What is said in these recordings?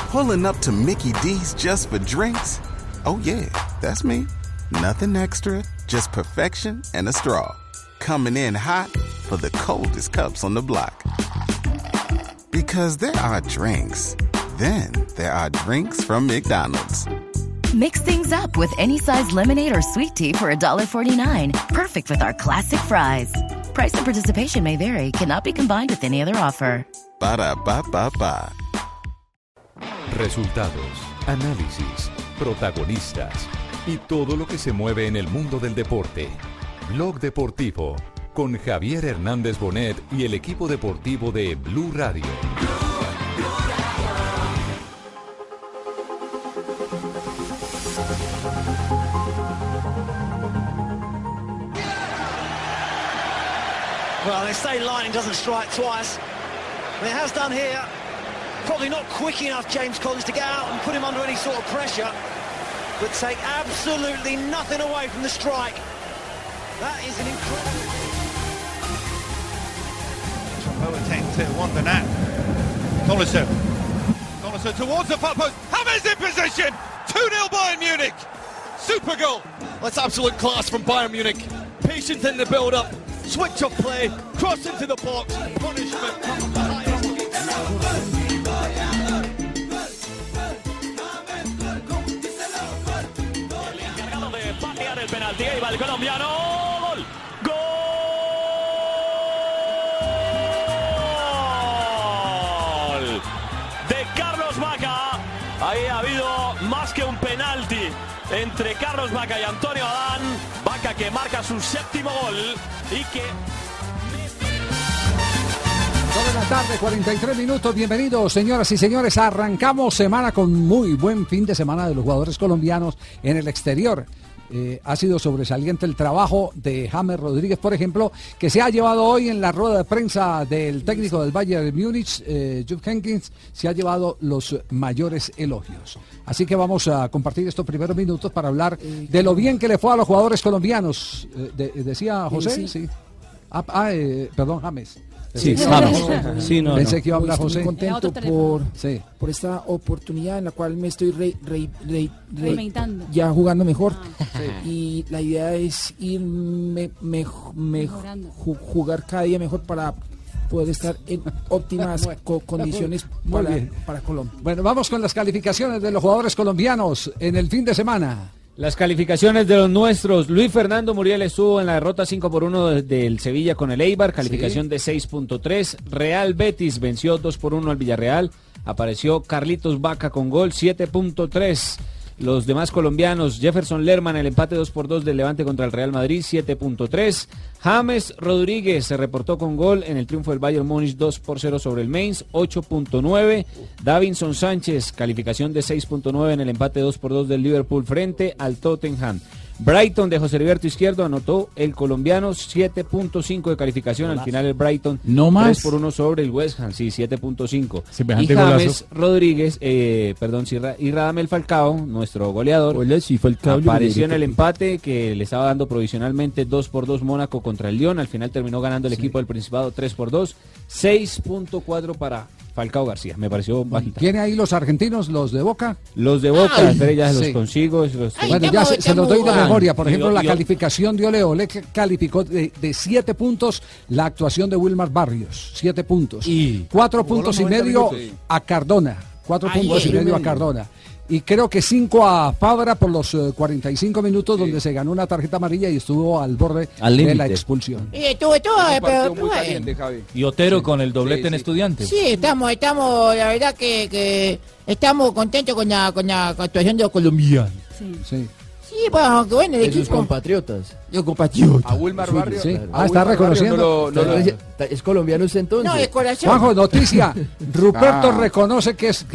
Pulling up to Mickey D's just for drinks? Oh yeah, that's me. Nothing extra, just perfection and a straw. Coming in hot for the coldest cups on the block. Because there are drinks. Then there are drinks from McDonald's. Mix things up with any size lemonade or sweet tea for $1.49. Perfect with our classic fries. Price and participation may vary. Cannot be combined with any other offer. Ba-da-ba-ba-ba. Resultados, análisis, protagonistas y todo lo que se mueve en el mundo del deporte. Blog Deportivo con Javier Hernández Bonet y el equipo deportivo de Blue Radio. Well, they say lightning doesn't strike twice. And it has done here. Probably not quick enough, James Collins, to get out and put him under any sort of pressure. But take absolutely nothing away from the strike. That is an incredible... From Boateng to Wondernak. Tolisso towards the far post. Hammers in position. 2-0 Bayern Munich. Super goal. That's absolute class from Bayern Munich. Patient in the build-up. Switch of play. Cross into the box. Punishment from the highest. El encargado de patear el penalti. Ahí va el colombiano. ¡Gol! ¡Gol! De Carlos Vaca. Ahí ha habido más que un penalti entre Carlos Vaca y Antonio Adán. Vaca que marca su séptimo gol y que... 2 de la tarde, 43 minutos. Bienvenidos, señoras y señores. Arrancamos semana con muy buen fin de semana de los jugadores colombianos en el exterior. Ha sido sobresaliente el trabajo de James Rodríguez, por ejemplo, que se ha llevado hoy en la rueda de prensa del técnico del Bayern de Múnich, Jupp Heynckes, se ha llevado los mayores elogios. Así que vamos a compartir estos primeros minutos para hablar de lo bien que le fue a los jugadores colombianos. ¿Decía José? Sí. Perdón, James. Sí, sí, no, pensé que iba a hablar José. Estoy muy contento por esta oportunidad en la cual me estoy ya jugando mejor. Y la idea es irme jugar cada día mejor para poder estar en óptimas condiciones para Colombia. Bueno, vamos con las calificaciones de los jugadores colombianos en el fin de semana. Las calificaciones de los nuestros. Luis Fernando Muriel estuvo en la derrota 5-1 del Sevilla con el Eibar, calificación de 6.3. Real Betis venció 2-1 al Villarreal. Apareció Carlitos Vaca con gol, 7.3. Los demás colombianos, Jefferson Lerman, el empate 2-2 del Levante contra el Real Madrid, 7.3. James Rodríguez se reportó con gol en el triunfo del Bayern Múnich 2-0 sobre el Mainz, 8.9. Davinson Sánchez, calificación de 6.9 en el empate 2-2 del Liverpool frente al Tottenham. Brighton de José Heriberto Izquierdo anotó el colombiano 7.5 de calificación. Al final el Brighton no más 3-1 sobre el West Ham, sí, 7.5. Y James Rodríguez, y Radamel Falcao, nuestro goleador, apareció en el empate que le estaba dando provisionalmente 2-2 Mónaco contra el Lyon. Al final terminó ganando el equipo del Principado 3-2, 6.4 para Falcao García, me pareció bajita. ¿Tiene ahí los argentinos, los de Boca? Los de Boca, espere, ya los consigo. Bueno, ya se los doy de memoria. Por ejemplo, la calificación de Ole Ole calificó de 7 puntos la actuación de Wilmar Barrios. 7 puntos. Y 4 puntos y medio a Cardona. 4 puntos y medio a Cardona. Y creo que 5 a Fabra por los 45 minutos donde se ganó una tarjeta amarilla y estuvo al borde de la expulsión. Y estuvo muy caliente, Javi. Y Otero con el doblete en Estudiantes. Sí, estamos, la verdad que estamos contentos con la actuación de los colombianos. Sí. Sí, bueno, de sus compatriotas. Los compatriotas. A Wilmar Barrios. Sí. Está reconociendo. ¿Es colombiano usted entonces? No, es corazón. Juanjo, noticia. Ruperto reconoce que es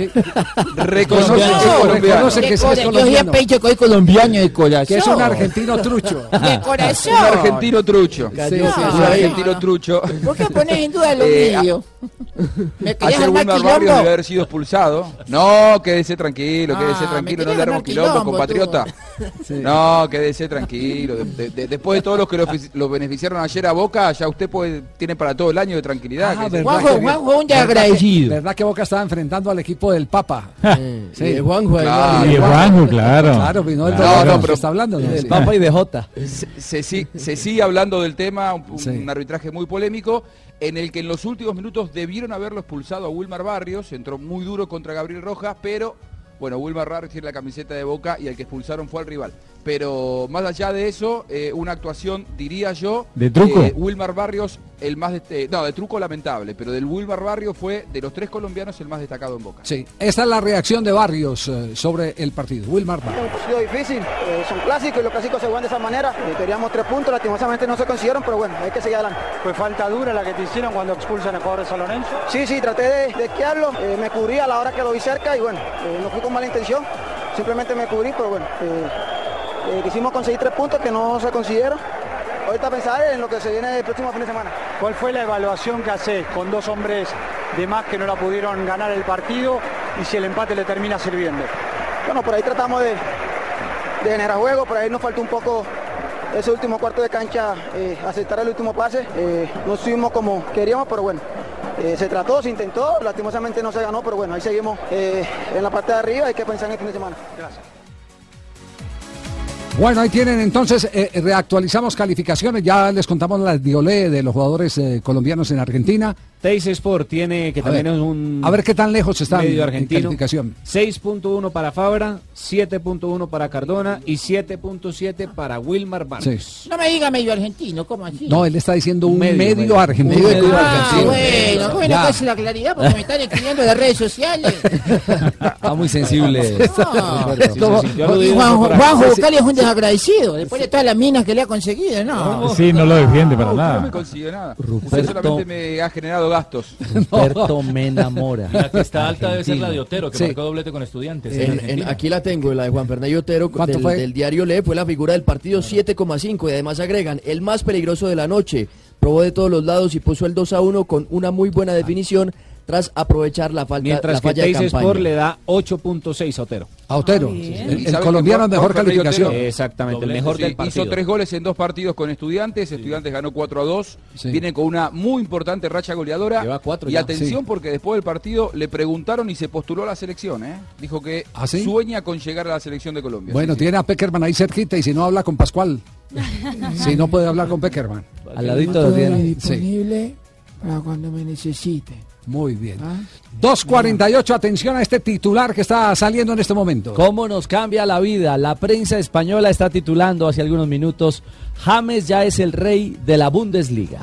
reconoce que es colombiano. Yo siempre he dicho que soy colombiano de corazón. Que es un argentino trucho. De corazón. Un argentino trucho. Sí, un argentino trucho. ¿Por qué pones en duda lo mío? Ayer Wilmar Barrios debe haber sido expulsado. No, quédese tranquilo, no le haremos quilombo, compatriota. Sí. No, quédese tranquilo. después de todos los que lo beneficiaron ayer a Boca, ya usted tiene para todo el año de tranquilidad. Juanjo, un agradecido. ¿Verdad que Boca estaba enfrentando al equipo del Papa? Sí, Juanjo. Claro. Y Juanjo, claro. Claro, no, pero está hablando. Del Papa y de Jota. Se sigue hablando del tema, un arbitraje muy polémico, en el que en los últimos minutos debieron haberlo expulsado a Wilmar Barrios, entró muy duro contra Gabriel Rojas, pero bueno, Wilmar Barrios tiene la camiseta de Boca y el que expulsaron fue al rival. Pero más allá de eso, una actuación, diría yo, ¿de truco? Wilmar Barrios, el más de truco lamentable, pero del Wilmar Barrios fue, de los 3 colombianos, el más destacado en Boca. Sí, esta es la reacción de Barrios sobre el partido. Wilmar Barrios. Un partido difícil, son clásicos y los clásicos se juegan de esa manera. Queríamos 3 puntos, lastimosamente no se consiguieron, pero bueno, hay que seguir adelante. ¿Fue falta dura la que te hicieron cuando expulsan al jugador de San Lorenzo? Sí, traté de esquiarlo, me cubrí a la hora que lo vi cerca y bueno, no fui con mala intención, simplemente me cubrí, pero bueno, quisimos conseguir 3 puntos que no se consiguieron. Ahorita pensar en lo que se viene el próximo fin de semana. ¿Cuál fue la evaluación que haces con 2 hombres de más que no la pudieron ganar el partido y si el empate le termina sirviendo? Bueno, por ahí tratamos de generar juego, por ahí nos faltó un poco ese último cuarto de cancha, aceptar el último pase. No estuvimos como queríamos, pero bueno. Se trató, se intentó, lastimosamente no se ganó, pero bueno, ahí seguimos en la parte de arriba, hay que pensar en el fin de semana. Gracias. Bueno, ahí tienen entonces, reactualizamos calificaciones, ya les contamos las de Olé de los jugadores colombianos en Argentina. Teis Sport tiene que también es un... A ver qué tan lejos están medio argentino. En calificación. 6.1 para Fabra, 7.1 para Cardona y 7.7 para Wilmar Barrios. Sí. No me diga medio argentino, ¿cómo así? No, él está diciendo un medio argentino. Bueno, que es la claridad porque me están escribiendo de redes sociales. Muy sensible. Juanjo Vocali es un desagradecido, después de todas las minas que le ha conseguido, ¿no? Sí, no lo defiende para nada. No me consiguió nada. Usted solamente me ha generado gastos. Ruperto me enamora. La que está alta debe ser la de Otero, que marcó doblete con Estudiantes. Aquí la tengo, la de Juan Fernando Otero del diario Le, fue la figura del partido 7,5 y además agregan, el más peligroso de la noche, probó de todos los lados y puso el 2-1 con una muy buena definición tras aprovechar la falta. Mientras que Teis Sport le da 8.6 a Otero. A Otero, el colombiano mejor calificación. Exactamente, el mejor del partido. Hizo 3 goles en 2 partidos con Estudiantes, Estudiantes ganó 4-2, viene con una muy importante racha goleadora. Lleva 4 y ya. atención porque después del partido le preguntaron y se postuló a la selección, dijo que sueña con llegar a la selección de Colombia. Bueno, tiene a Peckerman ahí cerquita y si no habla con Pascual, si no puede hablar con Peckerman. Al ladito lo tiene. Disponible para cuando me necesite. Muy bien. 2:48, atención a este titular que está saliendo en este momento. ¿Cómo nos cambia la vida? La prensa española está titulando hace algunos minutos, James ya es el rey de la Bundesliga.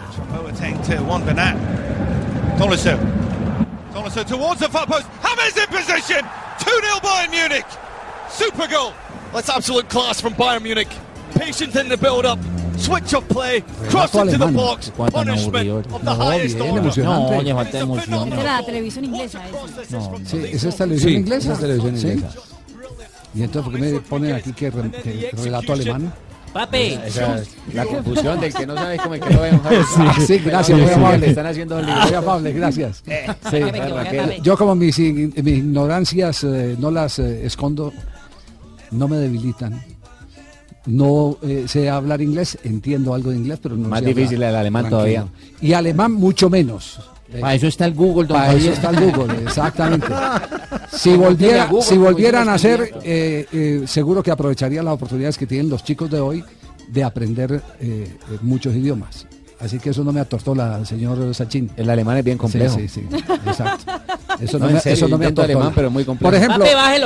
Tolisso towards the far post. James in position. 2-0 Bayern Munich. Super goal. That's absolute class from Bayern Munich. Patient in the build-up. Switch of play, cross into the box, punishment of the highest order. No, le falta emoción. Es la televisión inglesa. Sí, ¿esa es televisión inglesa? Es televisión inglesa. ¿Y entonces por qué me ponen aquí que relato alemán? Papi, la confusión del que no sabe cómo es que lo ven. Sí, gracias, muy amable. Están haciendo muy amable, gracias. Sí, yo como mis ignorancias no las escondo, no me debilitan. No sé hablar inglés, entiendo algo de inglés, pero no más sé difícil el alemán todavía. Y alemán mucho menos. Para eso está el Google. Para eso está el Google, exactamente. Si volvieran a hacer, seguro que aprovecharían las oportunidades que tienen los chicos de hoy de aprender muchos idiomas. Así que eso no me atortola, señor Sachin. El alemán es bien complejo. Sí, exacto. Eso no me atortola. Alemán, pero muy complejo. Por ejemplo,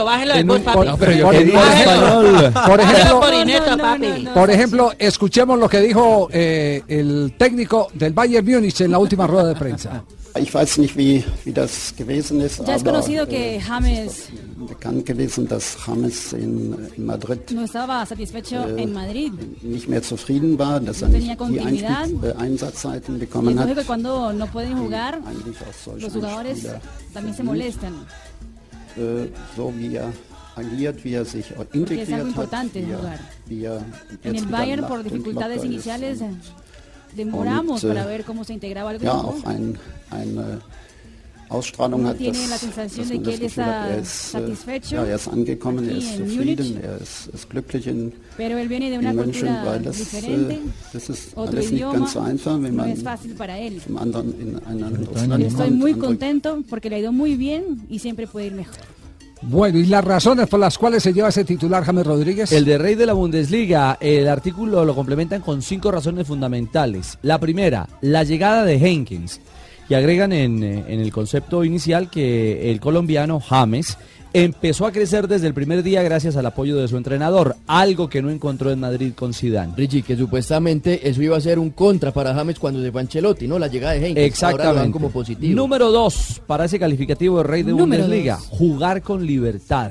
por ejemplo, escuchemos lo que dijo el técnico del Bayern Múnich en la última rueda de prensa. Ich weiß nicht, wie das gewesen ist, ya es conocido que James bekannt gewesen, dass James in Madrid no estaba satisfecho en Madrid, nicht mehr zufrieden war, dass no tenía continuidad, Einsatzzeiten bekommen hat. Es lógico que cuando no pueden jugar, los jugadores también se molestan. So wie agiert, wie sich integriert es algo importante hat, en el Bayern por dificultades iniciales demoramos para ver cómo se integraba al grupo. Ja, auch ein Ausstrahlung Uno hat, tiene la sensación de que él está satisfecho ist angekommen, aquí ist en zufrieden, Múnich. ist glücklich in Pero él viene de una München, cultura weil das diferente, ist otro alles nicht idioma, ganz so einfach, wenn no man es fácil para él. zum anderen in ein anderes Yo Land estoy kommt, muy andere contento porque le ha ido muy bien y siempre puede ir mejor. Bueno, ¿y las razones por las cuales se lleva ese titular James Rodríguez? El de Rey de la Bundesliga, el artículo lo complementan con 5 razones fundamentales. La primera, la llegada de Henkens. Y agregan en el concepto inicial que el colombiano James empezó a crecer desde el primer día gracias al apoyo de su entrenador, algo que no encontró en Madrid con Zidane. Richie, que supuestamente eso iba a ser un contra para James cuando se fue Ancelotti, ¿no? La llegada de Henkens. Exactamente. Ahora lo dan como positivo. Número 2, para ese calificativo de Rey de Número Bundesliga, 2. jugar con libertad.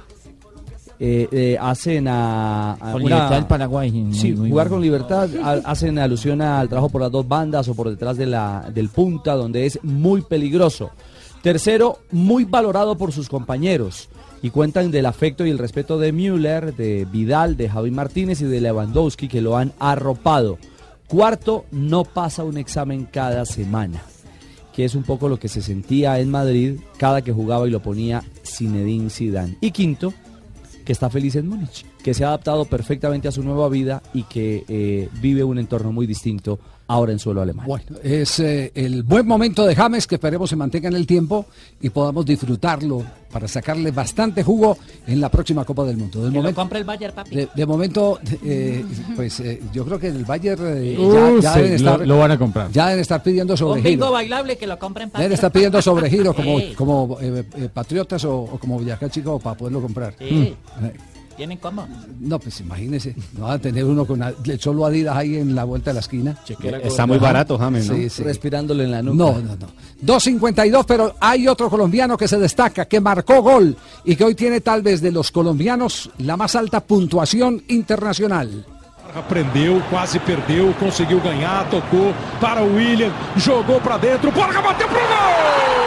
Hacen Con libertad el Paraguay. Sí, Muy jugar bueno. con libertad, hacen alusión al trabajo por las dos bandas o por detrás del punta, donde es muy peligroso. Tercero, muy valorado por sus compañeros. Y cuentan del afecto y el respeto de Müller, de Vidal, de Javi Martínez y de Lewandowski, que lo han arropado. Cuarto, no pasa un examen cada semana, que es un poco lo que se sentía en Madrid cada que jugaba y lo ponía Zinedine Zidane. Y quinto, que está feliz en Múnich, que se ha adaptado perfectamente a su nueva vida y que vive un entorno muy distinto ahora en suelo alemán. Bueno, es el buen momento de James, que esperemos se mantenga en el tiempo y podamos disfrutarlo para sacarle bastante jugo en la próxima Copa del Mundo. Que lo compre el Bayern, papi. De momento, pues yo creo que en el Bayern ya sí, deben estar, lo van a comprar. Ya deben estar pidiendo Un bingo sobregiro. bailable que lo compren, papi. Deben estar pidiendo sobregiro Sí. como Patriotas o como Boyacá Chico para poderlo comprar. Sí. ¿Tienen cómo? No, pues imagínese, no va a tener uno con el solo Adidas ahí en la vuelta de la esquina. Está muy barato, James, ¿no? Sí, sí. Respirándole en la nuca. No. 2.52, pero hay otro colombiano que se destaca, que marcó gol y que hoy tiene tal vez de los colombianos la más alta puntuación internacional. Prendeu, quase perdeu, conseguiu ganhar, tocou para o William, jogou para dentro, Borja bateu pro gol!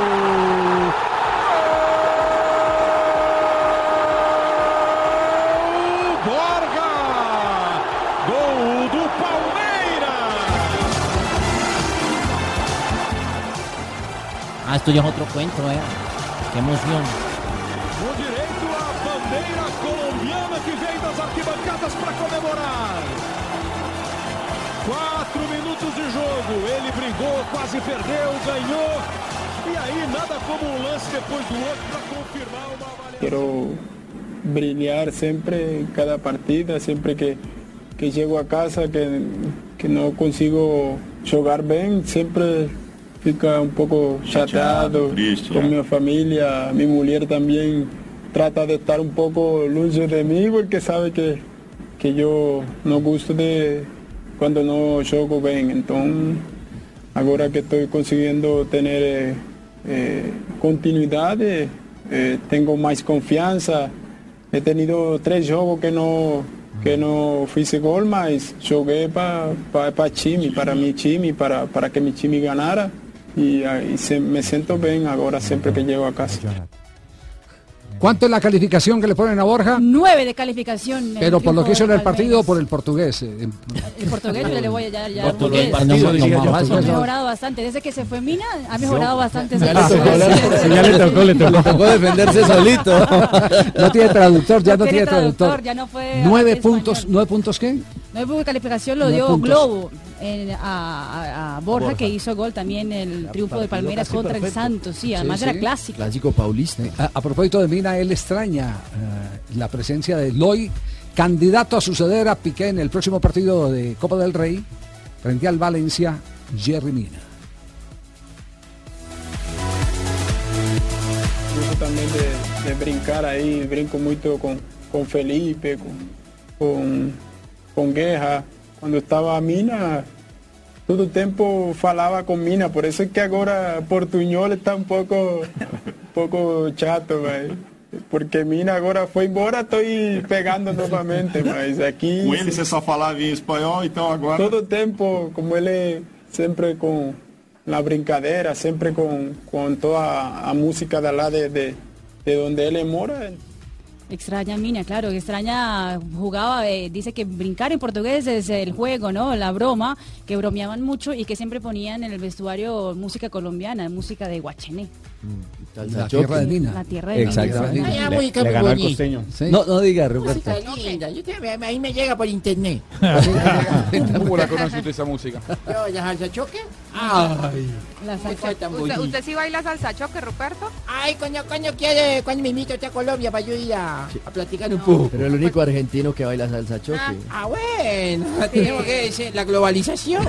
Ah, esto ya es otro cuento, Qué emoción. O direito à bandeira colombiana que vem das arquibancadas para comemorar. 4 minutos de jogo, ele brigou, quase perdeu, ganhou. E aí nada como um lance depois do outro para confirmar uma avaliação. Quiero brillar siempre en cada partida, siempre que llego a casa, que no consigo jugar bien, siempre fica un poco chateado con mi familia. Mi mujer también trata de estar un poco longe de mí porque sabe que yo no gusto de cuando no juego bien. Entonces, ahora que estoy consiguiendo tener continuidad, tengo más confianza. He tenido 3 juegos que no fiz gol, mas joguei para time, para mi time, para que mi time ganara. Y me siento bien ahora siempre que llego a casa. ¿Cuánto es la calificación que le ponen a Borja? 9 de calificación. Pero por lo que hizo en el partido o Palmeiras. por el portugués. El portugués yo le voy a ya Portugués, ha partido, mejorado bastante. Desde que se fue Mina, ha mejorado bastante. Ya le tocó defenderse solito. No tiene traductor, ya no tiene traductor, traductor. ya no fue 9 español. puntos, ¿9 puntos qué? 9 puntos de calificación lo 9 dio puntos. Globo a Borja, que hizo gol también el triunfo de Palmeiras casi contra el perfecto. Santos. Sí, además era clásico. Clásico paulista. A propósito de Mina, él extraña la presencia de Loy, candidato a suceder a Piqué en el próximo partido de Copa del Rey frente al Valencia, Jerry Mina. Yo también de brincar ahí, brinco mucho con Felipe, con Guerra. Cuando estaba a Mina, todo el tiempo falaba con Mina, por eso es que ahora Portuñol está un poco chato, vai. Porque Mina agora foi embora, estoy pegando novamente, mas aqui... Com ele você só falava em espanhol, então agora... Todo el tiempo, como él siempre con la brincadeira, siempre con toda a música de lá de donde él mora. Extraña Mina, claro, extraña, jugaba, dice que brincar en portugués es el juego, ¿no? La broma, que bromeaban mucho y que siempre ponían en el vestuario música colombiana, música de Guachené. La tierra de Mina. La tierra de Mina. Exactamente. Le ganó al costeño. Sí. No diga, Roberto. Linda. Ahí me llega por internet. ¿Cómo la conoce usted esa música? Yo, la salsa choque. Ay. La salsa. ¿Usted sí baila salsa choque, Ruperto? Ay, cuando quiere, cuando me invita usted a Colombia para yo ir a platicar un poco. Pero el único argentino que baila salsa choque. Bueno, tenemos que decir la globalización.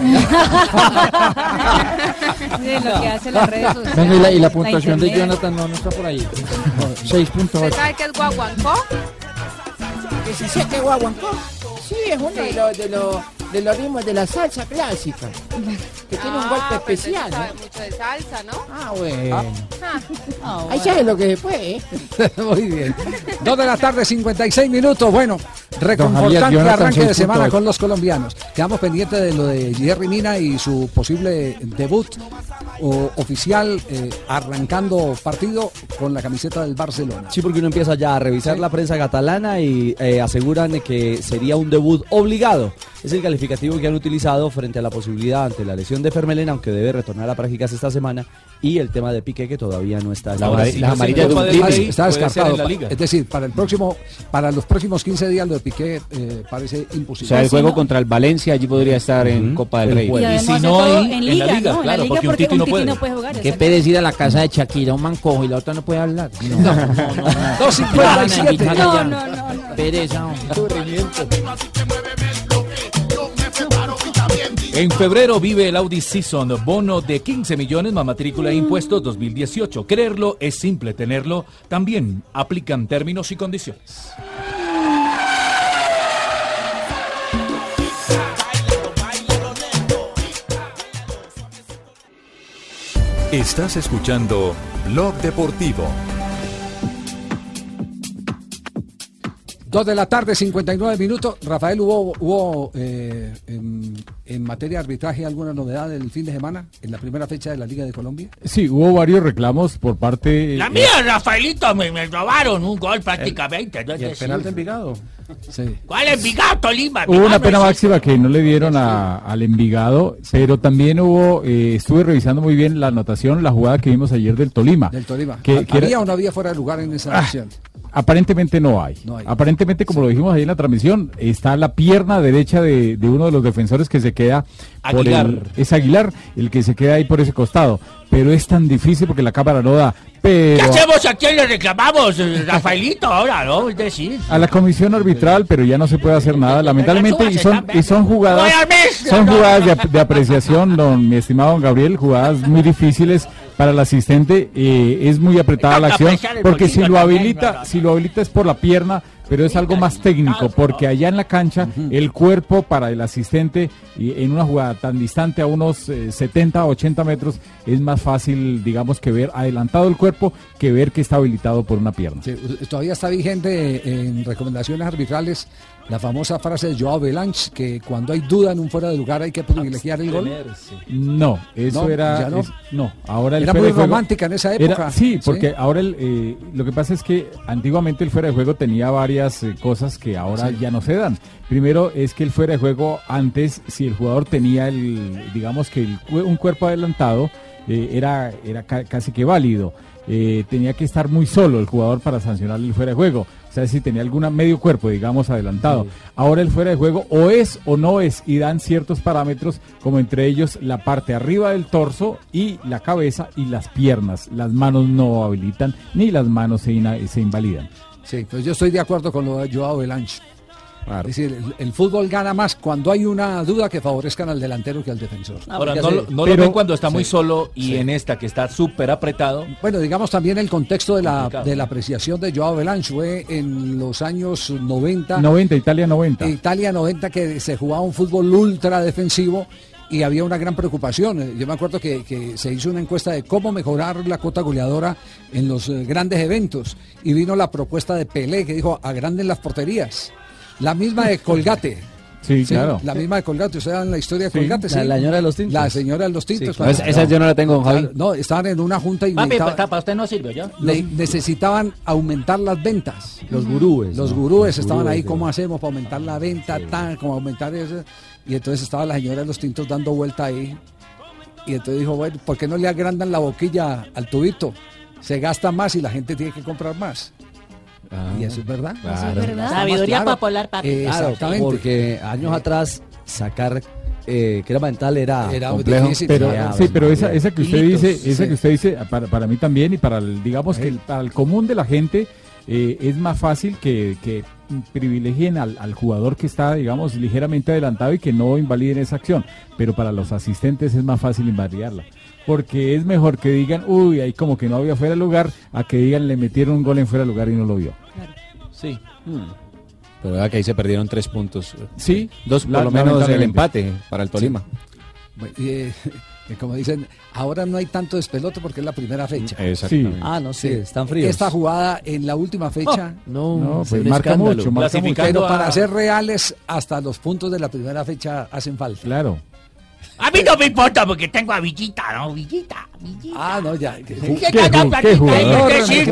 Sí, lo que hace las redes sociales. Venga, y la puntuación de Jonathan no está por ahí. 6.8. ¿Usted sabe qué es guaguancó? Que si sé que guaguancó. Sí, es uno de los ritmos de la salsa clásica. Que tiene un golpe especial. Sabe mucho de salsa, ¿no? Bueno. Ahí sabes lo que después, Muy bien. 2:56 p.m. Bueno, reconfortante arranque de semana con los colombianos. Quedamos pendientes de lo de Yerry Mina y su posible debut oficial arrancando partido con la camiseta del Barcelona. Sí, porque uno empieza ya a revisar la prensa catalana y aseguran que sería un debut obligado. Es el calificativo que han utilizado frente a la posibilidad ante la lesión de Fermelén, aunque debe retornar a prácticas esta semana, y el tema de Piqué, que todavía no está. La amarilla está descartado. Es decir, para los próximos 15 días lo de Piqué parece imposible. O sea, el juego contra el Valencia allí podría estar en Copa del Rey. Y si no en la Liga, ¿no? Claro, porque un Titi no puede jugar. Qué pereza ir a la casa de Shakira, un mancojo, y la otra no puede hablar. No. 2:57. No. Pereza. En febrero vive el Audi Season, bono de 15 millones más matrícula e impuestos 2018. Creerlo es simple tenerlo. También aplican términos y condiciones. Estás escuchando Blog Deportivo. 2:59 p.m. Rafael, ¿hubo en materia de arbitraje alguna novedad del fin de semana en la primera fecha de la Liga de Colombia? Sí, hubo varios reclamos por parte... La mía, Rafaelito, me robaron un gol prácticamente. ¿Y el penal de Envigado? Sí. ¿Cuál Envigado, Tolima? Hubo una pena máxima que no le dieron al Envigado, pero también estuve revisando muy bien la anotación, la jugada que vimos ayer del Tolima. ¿Había o no había fuera de lugar en esa acción? Aparentemente no hay. Aparentemente, como lo dijimos ahí en la transmisión, está la pierna derecha de uno de los defensores que se queda Aguilar. Es Aguilar, el que se queda ahí por ese costado. Pero es tan difícil porque la cámara no da. ¿Qué hacemos? ¿A quién le reclamamos, Rafaelito, ahora, no? Es decir... A la comisión arbitral, pero ya no se puede hacer nada, lamentablemente, y son jugadas de apreciación, mi estimado don Gabriel, jugadas muy difíciles para el asistente, es muy apretada la acción, porque si lo habilita es por la pierna, pero es algo más técnico, porque allá en la cancha el cuerpo para el asistente en una jugada tan distante a unos 70, 80 metros es más fácil, digamos, que ver adelantado el cuerpo que ver que está habilitado por una pierna. Sí, todavía está vigente en recomendaciones arbitrales la famosa frase de Joao Belange, que cuando hay duda en un fuera de lugar hay que privilegiar el gol. No, eso no, era... No, ahora el era muy romántica en esa época. Sí, porque ahora lo que pasa es que antiguamente el fuera de juego tenía varias cosas que ahora ya no se dan. Primero es que el fuera de juego antes, si el jugador tenía un cuerpo adelantado, era casi que válido. Tenía que estar muy solo el jugador para sancionarle el fuera de juego. O sea, si tenía algún medio cuerpo, digamos, adelantado. Sí. Ahora el fuera de juego o es o no es, y dan ciertos parámetros, como entre ellos la parte arriba del torso y la cabeza y las piernas. Las manos no habilitan, ni las manos se invalidan. Sí, pues yo estoy de acuerdo con lo de Joao Belange. Claro. Es decir, el fútbol gana más cuando hay una duda que favorezcan al delantero que al defensor. Ahora, no lo ven cuando está muy solo y en esta que está súper apretado. Bueno, digamos también el contexto de la apreciación de Joao Belange fue en los años 90. Italia 90. Italia 90, que se jugaba un fútbol ultra defensivo y había una gran preocupación. Yo me acuerdo que se hizo una encuesta de cómo mejorar la cuota goleadora en los grandes eventos y vino la propuesta de Pelé, que dijo agranden las porterías. La misma de Colgate, Sí, claro. La misma de Colgate, ustedes dan la historia de Colgate, La señora de los tintos. La señora de los tintos. Sí, esa yo no la tengo, Javi. Claro, no, estaban en una junta y Papi, para usted no sirve, ¿yo? necesitaban aumentar las ventas. Los gurúes. Los gurúes estaban ahí, ¿cómo hacemos para aumentar la venta? ¿Cómo aumentar eso? Y entonces estaba la señora de los tintos dando vuelta ahí. Y entonces dijo, bueno, ¿por qué no le agrandan la boquilla al tubito? Se gasta más y la gente tiene que comprar más. Y eso es verdad. Claro. Sabiduría popular, papi. Exactamente. Porque años atrás sacar crema dental era complejo. Difícil, pero esa que usted dice, para mí también y para el, digamos que para el común de la gente es más fácil que privilegien al jugador que está, digamos, ligeramente adelantado y que no invaliden esa acción, pero para los asistentes es más fácil invalidarla, porque es mejor que digan, uy, ahí como que no había fuera de lugar, a que digan, le metieron un gol en fuera de lugar y no lo vio. Claro. Sí. Pero vea que ahí se perdieron 3 puntos. Sí. 2 por lo menos el empate para el Tolima. Sí. Como dicen, ahora no hay tanto despelote porque es la primera fecha. Exactamente. Sí. Están fríos. Esta jugada en la última fecha pues marca mucho. Pero para ser reales, hasta los puntos de la primera fecha hacen falta. Claro. A mí no me importa porque tengo a Villita, ¿no? Villita. Ah, no, ya. ¿Qué jugador?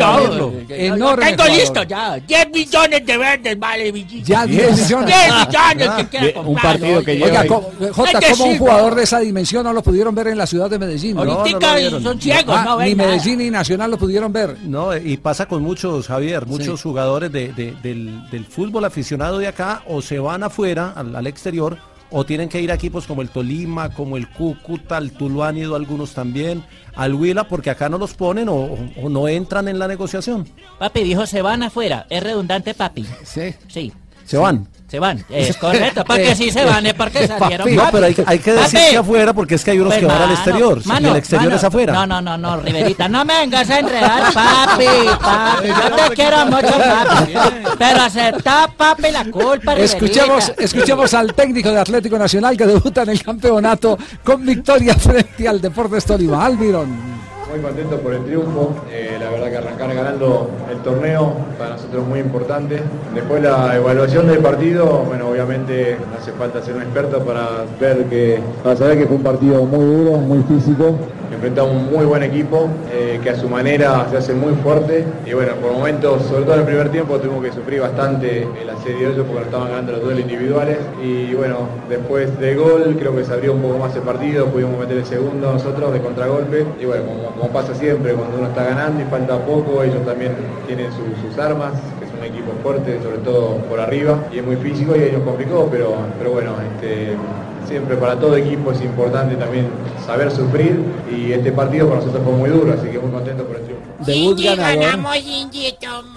Tengo listo ya. 10 millones de verdes vale Villita. Ya 10 millones. 10 millones que quiere comprar. Un partido que lleva. Oiga, Jota, ¿cómo un jugador de esa dimensión no lo pudieron ver en la ciudad de Medellín? Ahorita son ciegos, no ven ni nada. Medellín ni Nacional lo pudieron ver. No, y pasa con muchos, Javier, muchos jugadores del fútbol aficionado de acá o se van afuera, al exterior, o tienen que ir a equipos como el Tolima, como el Cúcuta, el Tuluá, han ido algunos también, al Huila, porque acá no los ponen o no entran en la negociación. Papi dijo se van afuera, es redundante, papi. Sí. Se van. Se van, es correcto, porque si se van es porque salieron. No, pero hay que decir que afuera, porque es que hay unos que van al exterior, y el exterior es afuera. No, Riverita, no me vengas a enredar, papi, yo te quiero mucho, papi, pero acepta, papi, la culpa, Riverita. Escuchemos al técnico de Atlético Nacional que debuta en el campeonato con victoria frente al Deportes Tolima. Almirón. Muy contento por el triunfo, la verdad que arrancar ganando el torneo para nosotros es muy importante. Después la evaluación del partido, bueno, obviamente no hace falta ser un experto para saber que fue un partido muy duro, muy físico. Enfrentamos un muy buen equipo que a su manera se hace muy fuerte y bueno, por momentos, sobre todo en el primer tiempo, tuvimos que sufrir bastante el asedio de ellos porque nos estaban ganando los duelos individuales y bueno, después del gol creo que se abrió un poco más el partido, pudimos meter el segundo nosotros de contragolpe y bueno, como pasa siempre cuando uno está ganando y falta poco, ellos también tienen sus armas, que es un equipo fuerte, sobre todo por arriba y es muy físico y ahí nos complicó, pero bueno, siempre para todo equipo es importante también saber sufrir y este partido para nosotros fue muy duro, así que muy contento por el triunfo. Debut ganador. Ganamos, Indy,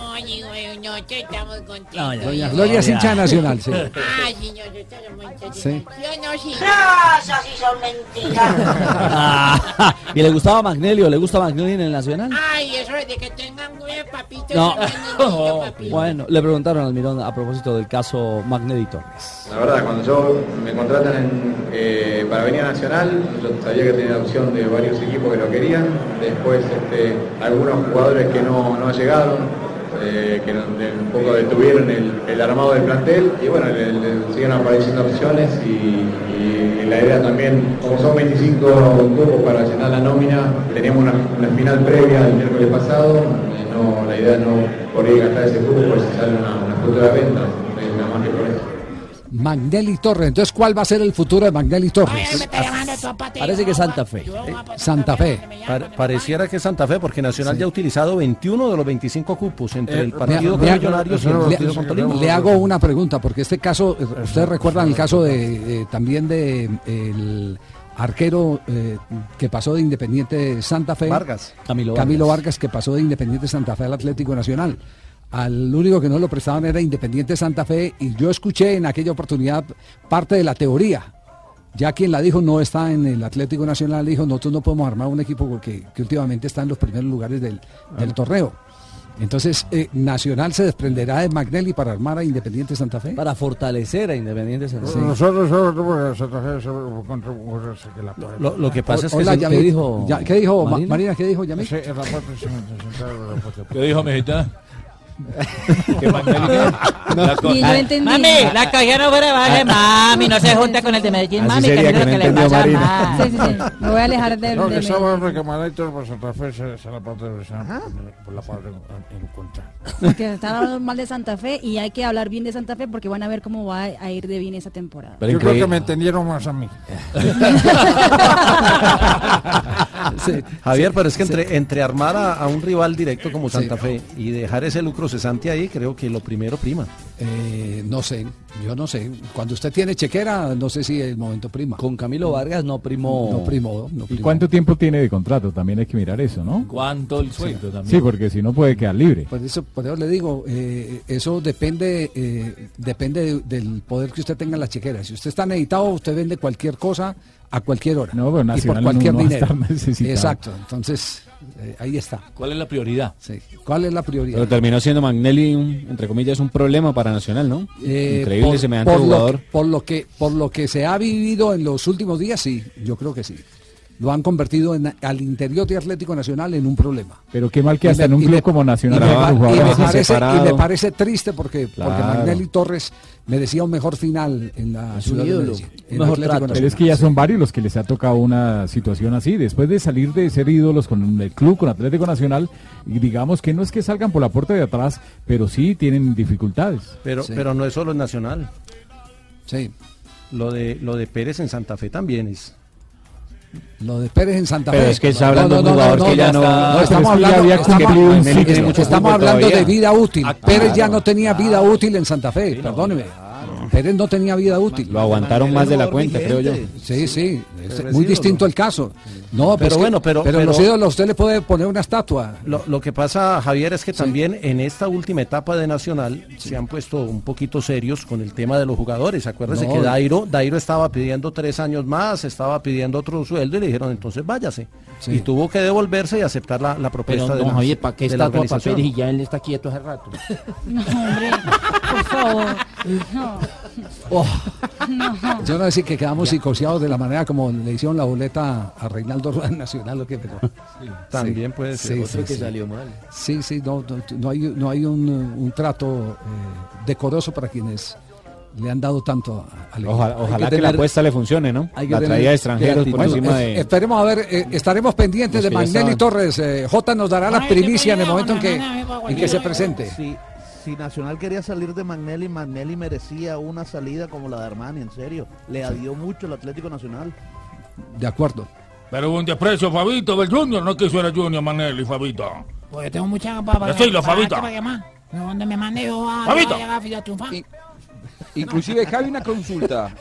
estamos contentos. Doña Gloria es hincha nacional, sí. Ay, señor, estamos muy contentos. Sí. Yo no, sí. No, sí son mentiras. ¿Y le gustaba Magnelli? ¿Le gusta Magnelli en el Nacional? Ay, eso es de que tengan güey, papito. No. Bueno, le preguntaron al Mirón a propósito del caso Magnelli Torres. La verdad, cuando me contratan para venir a Nacional, yo sabía que tenía la opción de varios equipos que lo querían. Después algunos jugadores que no llegaron. Que un poco detuvieron el armado del plantel y bueno, le siguen apareciendo opciones y la idea también, como son 25 cupos para llenar la nómina, teníamos una final previa el miércoles pasado, la idea no por ahí gastar ese cupo, pues sale una futura venta, nada más que por eso. Magnelli Torres, entonces ¿cuál va a ser el futuro de Magnelli Torres? Parece que Santa Fe. Santa Fe. Pareciera que Santa Fe, porque Nacional ya ha utilizado 21 de los 25 cupos entre el partido con Millonarios y el partido con Tolima. Le hago una pregunta, porque este caso, ustedes recuerdan el caso también de el arquero que pasó de Independiente Santa Fe, Vargas. Camilo Vargas, que pasó de Independiente Santa Fe al Atlético Nacional. Al único que no lo prestaban era Independiente Santa Fe y yo escuché en aquella oportunidad parte de la teoría. Ya quien la dijo no está en el Atlético Nacional, dijo nosotros no podemos armar un equipo que últimamente está en los primeros lugares del torneo. Entonces, ¿Nacional se desprenderá de Magnelli para armar a Independiente Santa Fe? Para fortalecer a Independiente Santa Fe. Sí. Nosotros lo que pasa es que... Hola, ¿qué dijo Marina? ¿Qué dijo Yamil? ¿Qué dijo, mijita? Y yo entendí. Mami, la cogieron fuera de base, mami, no se junta con el de Medellín, Así mami, que sería mira lo que que no le entendió pasa, Marina. ma. Sí, sí, sí. Me voy a alejar del. No, que de estaba Medellín. reclamando por Santa Fe, se la parte de por la parte en contra. Porque están hablando mal de Santa Fe y hay que hablar bien de Santa Fe porque van a ver cómo va a ir de bien esa temporada. Yo creo que me entendieron más a mí. Sí, Javier, pero es que entre armar a un rival directo como Santa Fe y dejar ese lucro cesante ahí, creo que lo primero prima. No sé, yo no sé. Cuando usted tiene chequera, no sé si el momento prima. Con Camilo Vargas no primó. No primó. ¿Y cuánto tiempo tiene de contrato? También hay que mirar eso, ¿no? ¿Cuánto el sueldo también? Sí, porque si no puede quedar libre. Por eso le digo, eso depende del poder que usted tenga en la chequera. Si usted está necesitado, usted vende cualquier cosa a cualquier hora. No, pero y Nacional por cualquier no va a dinero. estar necesitado. Exacto, entonces ahí está. ¿Cuál es la prioridad? Sí. ¿Cuál es la prioridad? Pero terminó siendo Magnelli, entre comillas, un problema para Nacional, ¿no? Increíble semejante jugador. Por lo que se ha vivido en los últimos días, sí, yo creo que sí. Lo han convertido al interior de Atlético Nacional en un problema. Pero qué mal que hasta en un club como Nacional. Y me parece triste porque Magnelli Torres merecía un mejor final en la ciudad de Medellín. Pero es que ya son varios los que les ha tocado una situación así. Después de salir de ser ídolos con el club, con Atlético Nacional, y digamos que no es que salgan por la puerta de atrás, pero sí tienen dificultades. Pero no es solo el Nacional. Sí. Lo de Pérez en Santa Fe también es. Lo de Pérez en Santa Fe. Pero es que está hablando de un jugador que ya no. Estamos hablando de vida útil. Pérez ya no tenía vida útil en Santa Fe, perdóneme. Pérez no tenía vida útil. Lo aguantaron más de la cuenta, creo yo. Sí, es muy distinto el caso. No, pero bueno, pero los ídolos usted le puede poner una estatua. Lo que pasa, Javier, es que también en esta última etapa de Nacional se han puesto un poquito serios con el tema de los jugadores. Acuérdese que Dairo estaba pidiendo 3 años más, estaba pidiendo otro sueldo y le dijeron entonces váyase. Sí. Y tuvo que devolverse y aceptar la propuesta de la Javier, ¿para qué estatua para Pérez y ya él está quieto hace rato? No, hombre, por favor. No. No. Yo no decir que quedamos psicoseados de la manera como le hicieron la boleta a Reinaldo Rueda Nacional, pero también puede ser que salió mal. Sí, no hay un trato decoroso para quienes le han dado tanto al equipo. Ojalá que la apuesta le funcione, ¿no? La traída de extranjeros por encima de... Esperemos a ver, estaremos pendientes de Magnelli Torres. Jota nos dará la primicia en el momento en que se presente. Si Nacional quería salir de Magnelli merecía una salida como la de Armani, en serio. Le adió mucho el Atlético Nacional. De acuerdo. Pero un desprecio, Fabito, del Junior. No quiso el Junior, Magnelli, Fabito. Pues yo tengo mucha para Fabito. Donde me mande yo a llegar a triunfar. Inclusive, Javi, una consulta.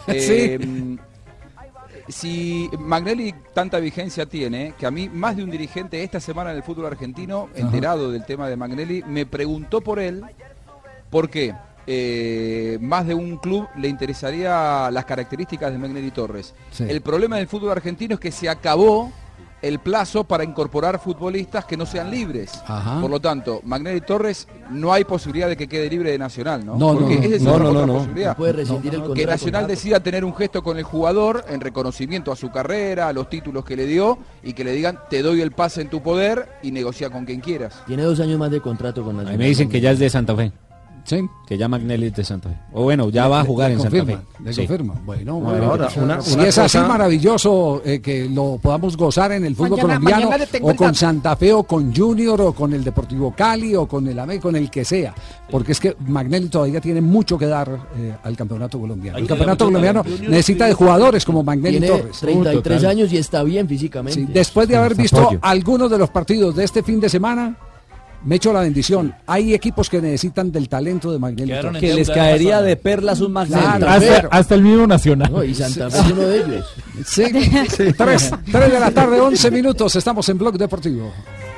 Si Magnelli tanta vigencia tiene, que a mí más de un dirigente esta semana en el fútbol argentino, enterado del tema de Magnelli, me preguntó por él, ¿por qué? Más de un club le interesaría las características de Magnelli Torres. Sí. El problema del fútbol argentino es que se acabó el plazo para incorporar futbolistas que no sean libres. Ajá. Por lo tanto, Magnelli Torres no hay posibilidad de que quede libre de Nacional, ¿no? Porque esa es otra posibilidad. No puede rescindir el contrato. Que Nacional decida tener un gesto con el jugador en reconocimiento a su carrera, a los títulos que le dio, y que le digan, te doy el pase en tu poder y negocia con quien quieras. Tiene 2 años más de contrato con Nacional. A mí me dicen que ya es de Santa Fe. Sí. Que ya Magnelli es de Santa Fe. O bueno, ya va a jugar en Santa Fe. Le confirma. Bueno, ahora, si es así maravilloso que lo podamos gozar en el fútbol colombiano, o con Santa Fe, o con Junior, o con el Deportivo Cali, o con el AME, con el que sea. Porque es que Magnelli todavía tiene mucho que dar al campeonato colombiano. El campeonato colombiano necesita de jugadores como Magnelli Torres. 33 años y está bien físicamente. Sí, después de haber visto algunos de los partidos de este fin de semana, me echo la bendición. Hay equipos que necesitan del talento de Magnelli Torres. Que les caería de perlas un Magnelli. Claro, hasta el mismo Nacional. No, y Santa Fe es uno de ellos. Sí. 3 de la tarde, 11 minutos. Estamos en Blog Deportivo.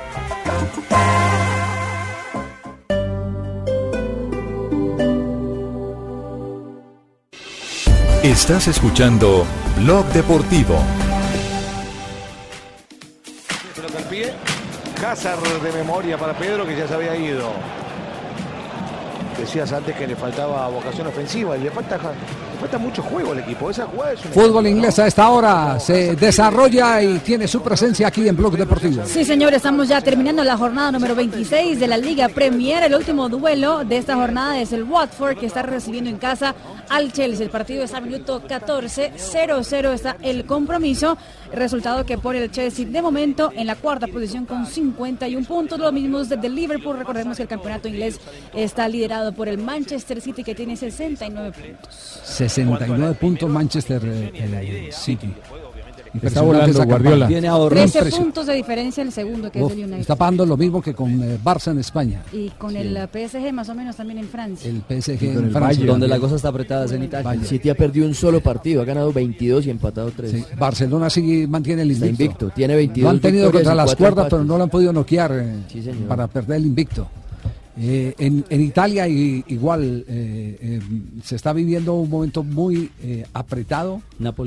Estás escuchando Blog Deportivo. Hazard de memoria para Pedro, que ya se había ido. Decías antes que le faltaba vocación ofensiva y le falta falta mucho juego al equipo. Esa jugada es una... Fútbol inglés a esta hora se desarrolla y tiene su presencia aquí en Blog Deportivo. Sí, señor, estamos ya terminando la jornada número 26 de la Liga Premier. El último duelo de esta jornada es el Watford, que está recibiendo en casa al Chelsea. El partido está a minuto 14, 0-0 está el compromiso. Resultado que pone el Chelsea de momento en la cuarta posición con 51 puntos. Los mismos de Liverpool. Recordemos que el campeonato inglés está liderado por el Manchester City, que tiene 69 puntos. 69 puntos Manchester City. Está volando Guardiola. Tiene 13 puntos de diferencia en el segundo, que es el United. Está pagando lo mismo que con Barça en España. Y con el PSG más o menos también en Francia. El PSG en Francia. Donde la cosa está apretada es en Italia. El City ha perdido un solo partido, ha ganado 22 y empatado 3. Sí. Barcelona sí mantiene el invicto. Está invicto, tiene 22. Lo han tenido contra las cuerdas, pero no lo han podido noquear señor, para perder el invicto. En Italia igual se está viviendo un momento muy apretado.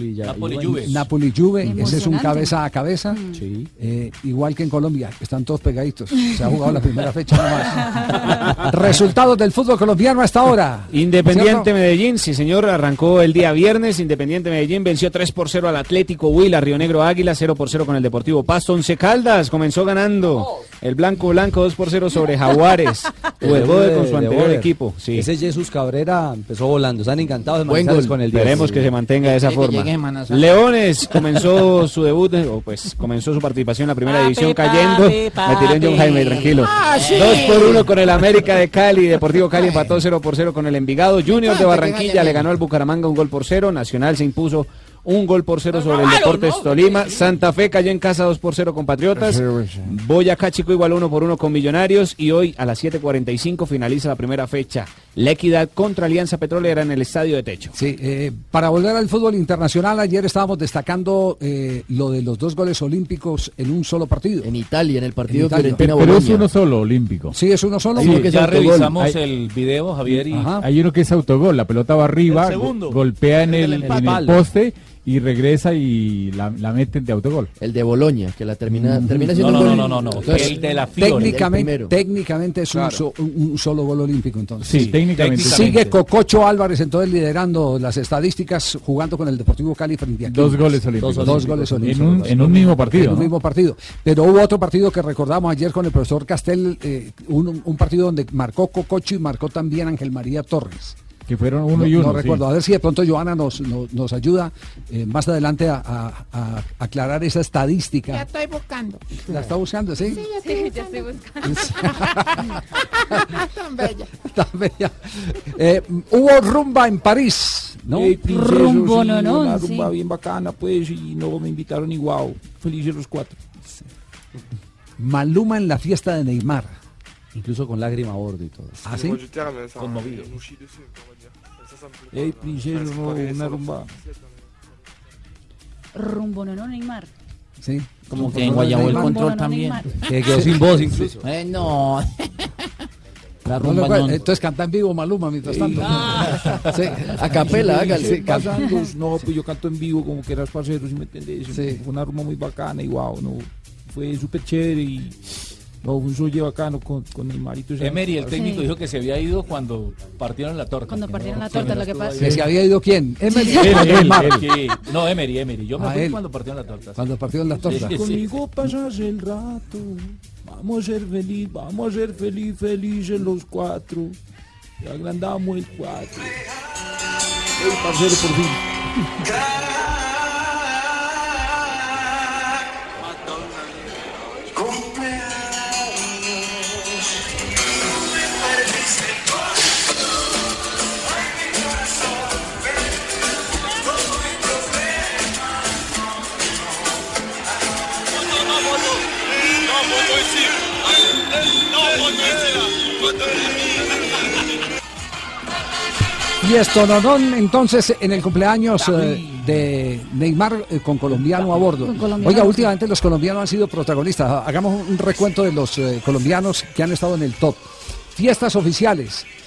Napoli-Juve, ese es un cabeza a cabeza. Sí. Igual que en Colombia, están todos pegaditos. Se ha jugado la primera fecha nomás. Resultados del fútbol colombiano hasta ahora. Independiente Medellín, sí señor, arrancó el día viernes. Independiente Medellín venció 3-0 al Atlético Huila. Río Negro Águila 0-0 con el Deportivo Pasto. Once Caldas comenzó ganando. El Blanco 2-0 sobre Jaguares. Huevode con su anterior equipo. Sí. Ese Jesús Cabrera empezó volando. Están encantados de Manizales con el 10. Esperemos que se mantenga de esa forma. Leones comenzó su debut, comenzó su participación en la primera división cayendo. Me tiré en John Jaime, tranquilo. 2-1 con el América de Cali. Deportivo Cali empató 0-0 con el Envigado. Junior de Barranquilla le ganó al Bucaramanga 1-0. Nacional se impuso 1-0 sobre el Deportes Tolima. Santa Fe cayó en casa 2-0 con Patriotas. Boyacá Chico igualó 1-1 con Millonarios. Y hoy a las 7:45 finaliza la primera fecha. La Equidad contra Alianza Petrolera en el Estadio de Techo. Sí, para volver al fútbol internacional, ayer estábamos destacando lo de los 2 goles olímpicos en un solo partido. En Italia, en el partido Fiorentina-Boloña. Pero es uno solo olímpico. Sí, es uno solo. Sí, ya revisamos el video, Javier. Hay uno que es autogol. La pelota va arriba, golpea en el poste y regresa y la meten de autogol. El de Boloña, que la termina siendo un gol. No. Entonces, el de la Fiore. Técnicamente es un solo gol olímpico, entonces. Sí, técnicamente. Sigue Cococho Álvarez entonces liderando las estadísticas, jugando con el Deportivo Cali frente a Quilmes. 2 goles olímpicos. 2 goles olímpicos. En un mismo partido. En un mismo partido. Pero hubo otro partido que recordamos ayer con el profesor Castel, un partido donde marcó Cococho y marcó también Ángel María Torres. Que fueron 1 y 1. No recuerdo, a ver si de pronto Johanna nos ayuda más adelante a aclarar esa estadística. Ya estoy buscando. ¿La está buscando, sí? Sí, ya estoy buscando. Tan bella. Tan bella. Hubo rumba en París, ¿no? Rumbo, sí, una rumba bien bacana, pues, y no me invitaron igual. Felices los 4. Sí. Maluma en la fiesta de Neymar. Incluso con lágrima a bordo y todo. ¿Ah, sí? Conmovido. Ey, princesa, no, una rumba. Rumbo, no, Neymar. Sí. Como que en Guayabo el control también. Que quedó sin voz incluso. No. La rumba no. Entonces canta en vivo Maluma mientras tanto. Sí. A capela, hágale. No, pues yo canto en vivo como que eras parcero, si me entendés. Sí. Fue una rumba muy bacana y wow, no. Fue súper chévere y... No, un sueño bacano con Neymarito. Emery, el técnico, dijo que se había ido cuando partieron la torta. Cuando partieron la torta, lo que pasa. ¿Que se había ido quién? Emery. No, Emery. Yo me fui cuando partieron la torta. Cuando partieron la torta. Conmigo pasas el rato. Vamos a ser felices los 4. Y agrandamos el 4. El parcero por fin. Y esto, entonces, en el cumpleaños de Neymar con colombiano a bordo. Oiga, últimamente los colombianos han sido protagonistas. Hagamos un recuento de los colombianos que han estado en el top. Fiestas oficiales.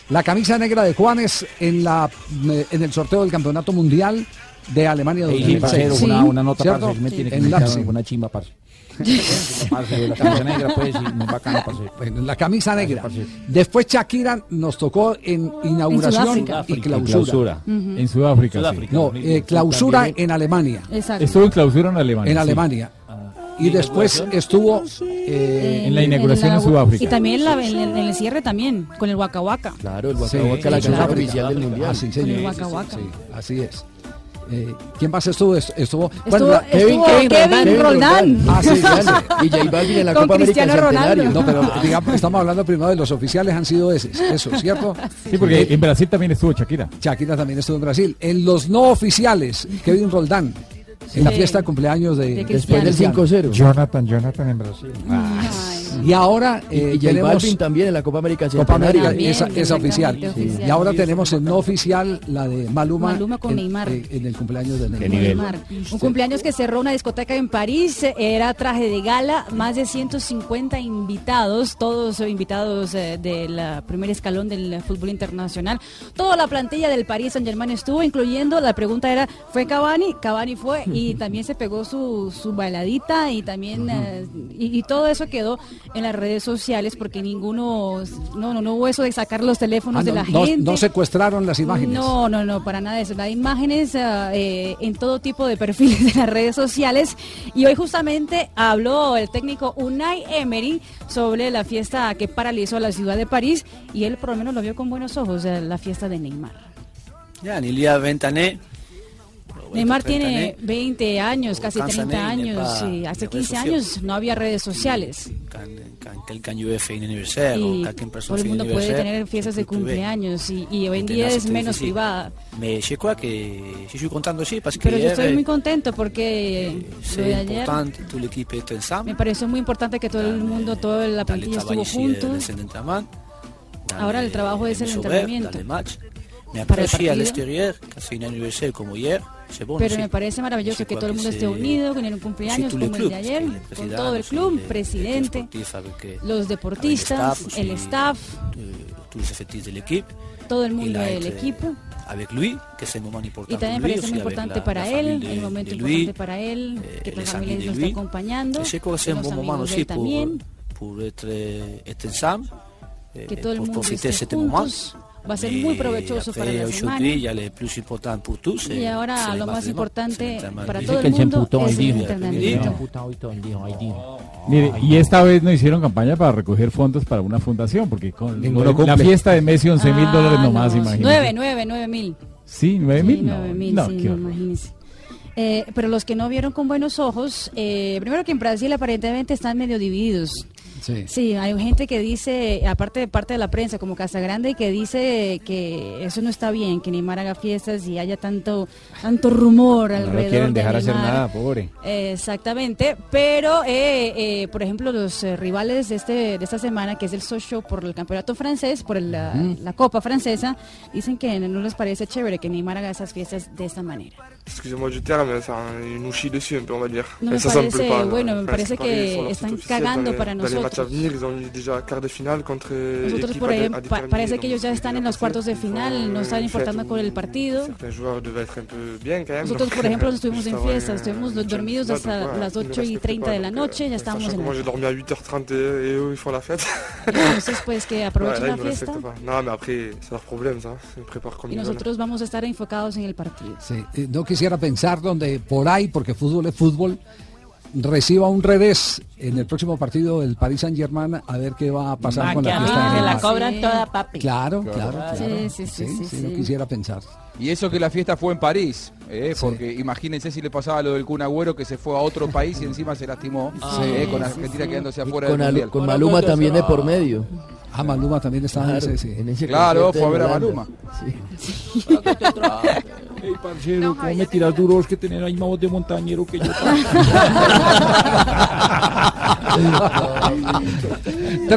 La camisa negra de Juanes en el sorteo del Campeonato Mundial de Alemania 2006. Una nota, ¿cierto? parce, me tiene que En invitar Leipzig. una chimba, parce. La camisa negra, pues, sí, muy bacana, parce. Bueno, la camisa negra. Después Shakira nos tocó en inauguración y clausura. En Sudáfrica. Sí. No, clausura en Alemania. Exacto. Estuvo en clausura en Alemania. En sí. Alemania. Y después estuvo en la inauguración en Sudáfrica. Y también en el cierre también, con el Waka Waka. Claro, el Waka Waka, la canción oficial del Mundial. Así, Con el señor. Waka Waka. Sí, así es. ¿Quién más estuvo? Estuvo Kevin Roldán. Ah, sí, y J Balvin en la Con Copa América Cristiano Ronaldo. Centenario. No, pero digamos, estamos hablando primero de los oficiales, han sido eso, ¿cierto? Sí, porque en Brasil también estuvo Shakira. Shakira también estuvo en Brasil. En los no oficiales, Kevin Roldán. En la fiesta de cumpleaños de después del 5-0. Jonathan en Brasil. Y ahora y J tenemos Balvin también en la Copa América Copa Centenario. América, esa oficial. oficial. Y ahora tenemos el no oficial, la de Maluma con Neymar. En el cumpleaños de Qué Neymar. nivel. Un cumpleaños que cerró una discoteca en París, era traje de gala, más de 150 invitados, todos invitados del primer escalón del fútbol internacional. Toda la plantilla del Paris Saint-Germain estuvo, incluyendo, la pregunta era, ¿fue Cavani? Cavani fue, y también se pegó su bailadita, y también, y todo eso quedó en las redes sociales, porque ninguno, no hubo eso de sacar los teléfonos de la gente. No secuestraron las imágenes. No, para nada de eso. Hay imágenes en todo tipo de perfiles de las redes sociales. Y hoy justamente habló el técnico Unai Emery sobre la fiesta que paralizó la ciudad de París. Y él por lo menos lo vio con buenos ojos, la fiesta de Neymar. Neymar tiene 20 años, casi 30 años. Y hace 15 años no había redes sociales. Y todo el mundo puede tener fiestas de cumpleaños y hoy en día es menos privada. Pero yo estoy muy contento porque lo de ayer me pareció muy importante que todo el mundo, toda la plantilla estuvo juntos. Ahora el trabajo es el entrenamiento. Para el partido. Pero me parece maravilloso que todo el mundo esté unido con el cumpleaños como el de ayer, con todo el club, presidente, los deportistas, el staff, todo el mundo del equipo. Y también me parece muy importante para él, el momento importante para él, que la familia lo está acompañando, los amigos de él también, que todo el mundo esté juntos. Va a ser muy provechoso para la semana. Y ahora lo más importante para todo el mundo es el entrenamiento. Mire, y esta vez no hicieron campaña para recoger fondos para una fundación, porque con la fiesta de Messi $11,000 nomás, imagínate. 9,000. Sí, 9,000. Sí, 9,000, no, sí, imagínense. Pero los que no vieron con buenos ojos, primero que en Brasil aparentemente están medio divididos. Sí, hay gente que dice, aparte de parte de la prensa como Casagrande, que dice que eso no está bien, que Neymar haga fiestas y haya tanto rumor alrededor. No lo quieren dejar de hacer Neymar. nada, pobre. Exactamente, pero por ejemplo los rivales de esta semana, que es el Sochaux por el campeonato francés, por la Copa francesa, dicen que no les parece chévere que Neymar haga esas fiestas de esta manera. Excusez-moi du terme, ils nous chient dessus un peu, on va dire. No me parece, bueno, me parece que están cagando para nosotros. Nosotros, por ejemplo, parece que ellos ya están en los cuartos de final, no están importando con el partido. Nosotros, por ejemplo, estuvimos en fiestas, estuvimos dormidos hasta las 8:30 de la noche, ya estábamos en la... Entonces, pues, que aprovechen la fiesta. Y nosotros vamos a estar enfocados en el partido. Sí, no quisiera pensar donde por ahí, porque fútbol es fútbol, reciba un revés en el próximo partido del Paris Saint-Germain, a ver qué va a pasar con la fiesta. Se la cobran toda, papi. Claro. Sí. No quisiera pensar. Y eso que la fiesta fue en París, porque imagínense si le pasaba lo del Kun Agüero, que se fue a otro país y encima se lastimó, con Argentina quedándose afuera del Mundial. Con Maluma también de por medio. Ah, Maluma también estaba en ese. Claro, fue a ver a Maluma. Ey, parcero, ¿cómo me tiras duro? Es que tener la misma voz de montañero que yo.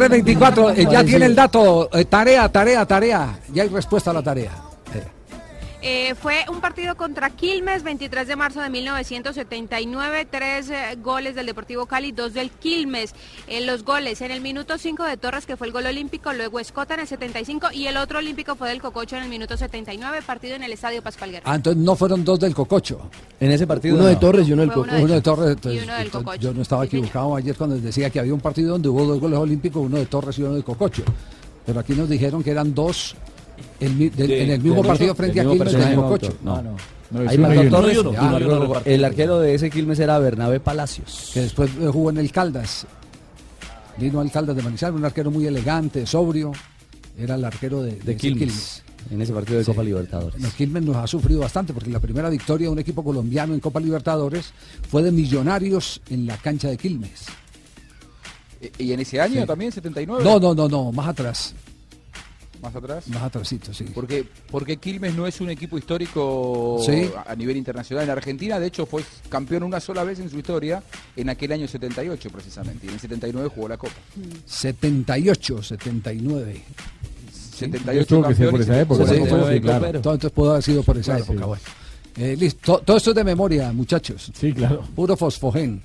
3:24, ya tiene el dato. Tarea. Ya hay respuesta a la tarea. Fue un partido contra Quilmes, 23 de marzo de 1979, 3 goles del Deportivo Cali, 2 del Quilmes. Los goles en el minuto 5 de Torres, que fue el gol olímpico, luego Escota en el 75 y el otro olímpico fue del Cococho en el minuto 79, partido en el Estadio Pascual Guerrero. Ah, entonces no fueron 2 del Cococho. En ese partido uno de Torres y uno del Cococho. Uno de Torres, entonces, yo no estaba equivocado ayer cuando les decía que había un partido donde hubo 2 goles olímpicos, uno de Torres y uno de Cococho. Pero aquí nos dijeron que eran 2 en el mismo partido frente a Quilmes del Cococho. No. Ahí marcó Torres. El arquero de ese Quilmes era Bernabé Palacios. Que después jugó en el Caldas. Vino al Caldas de Manizales, un arquero muy elegante, sobrio. Era el arquero de Quilmes. En ese partido de Copa Libertadores. Los Quilmes nos ha sufrido bastante porque la primera victoria de un equipo colombiano en Copa Libertadores fue de Millonarios en la cancha de Quilmes. ¿Y en ese año también, 79? No, más atrás. ¿Más atrás? Más atrásito, sí. Porque Quilmes no es un equipo histórico a nivel internacional. En Argentina, de hecho, fue campeón una sola vez en su historia, en aquel año 78 precisamente. Y en el 79 jugó la Copa. 78, 79. 78 que ser por esa época. Sí, claro. Entonces pudo haber sido por esa época. Bueno. Listo. Todo esto es de memoria, muchachos. Sí, claro. Puro fosfogen.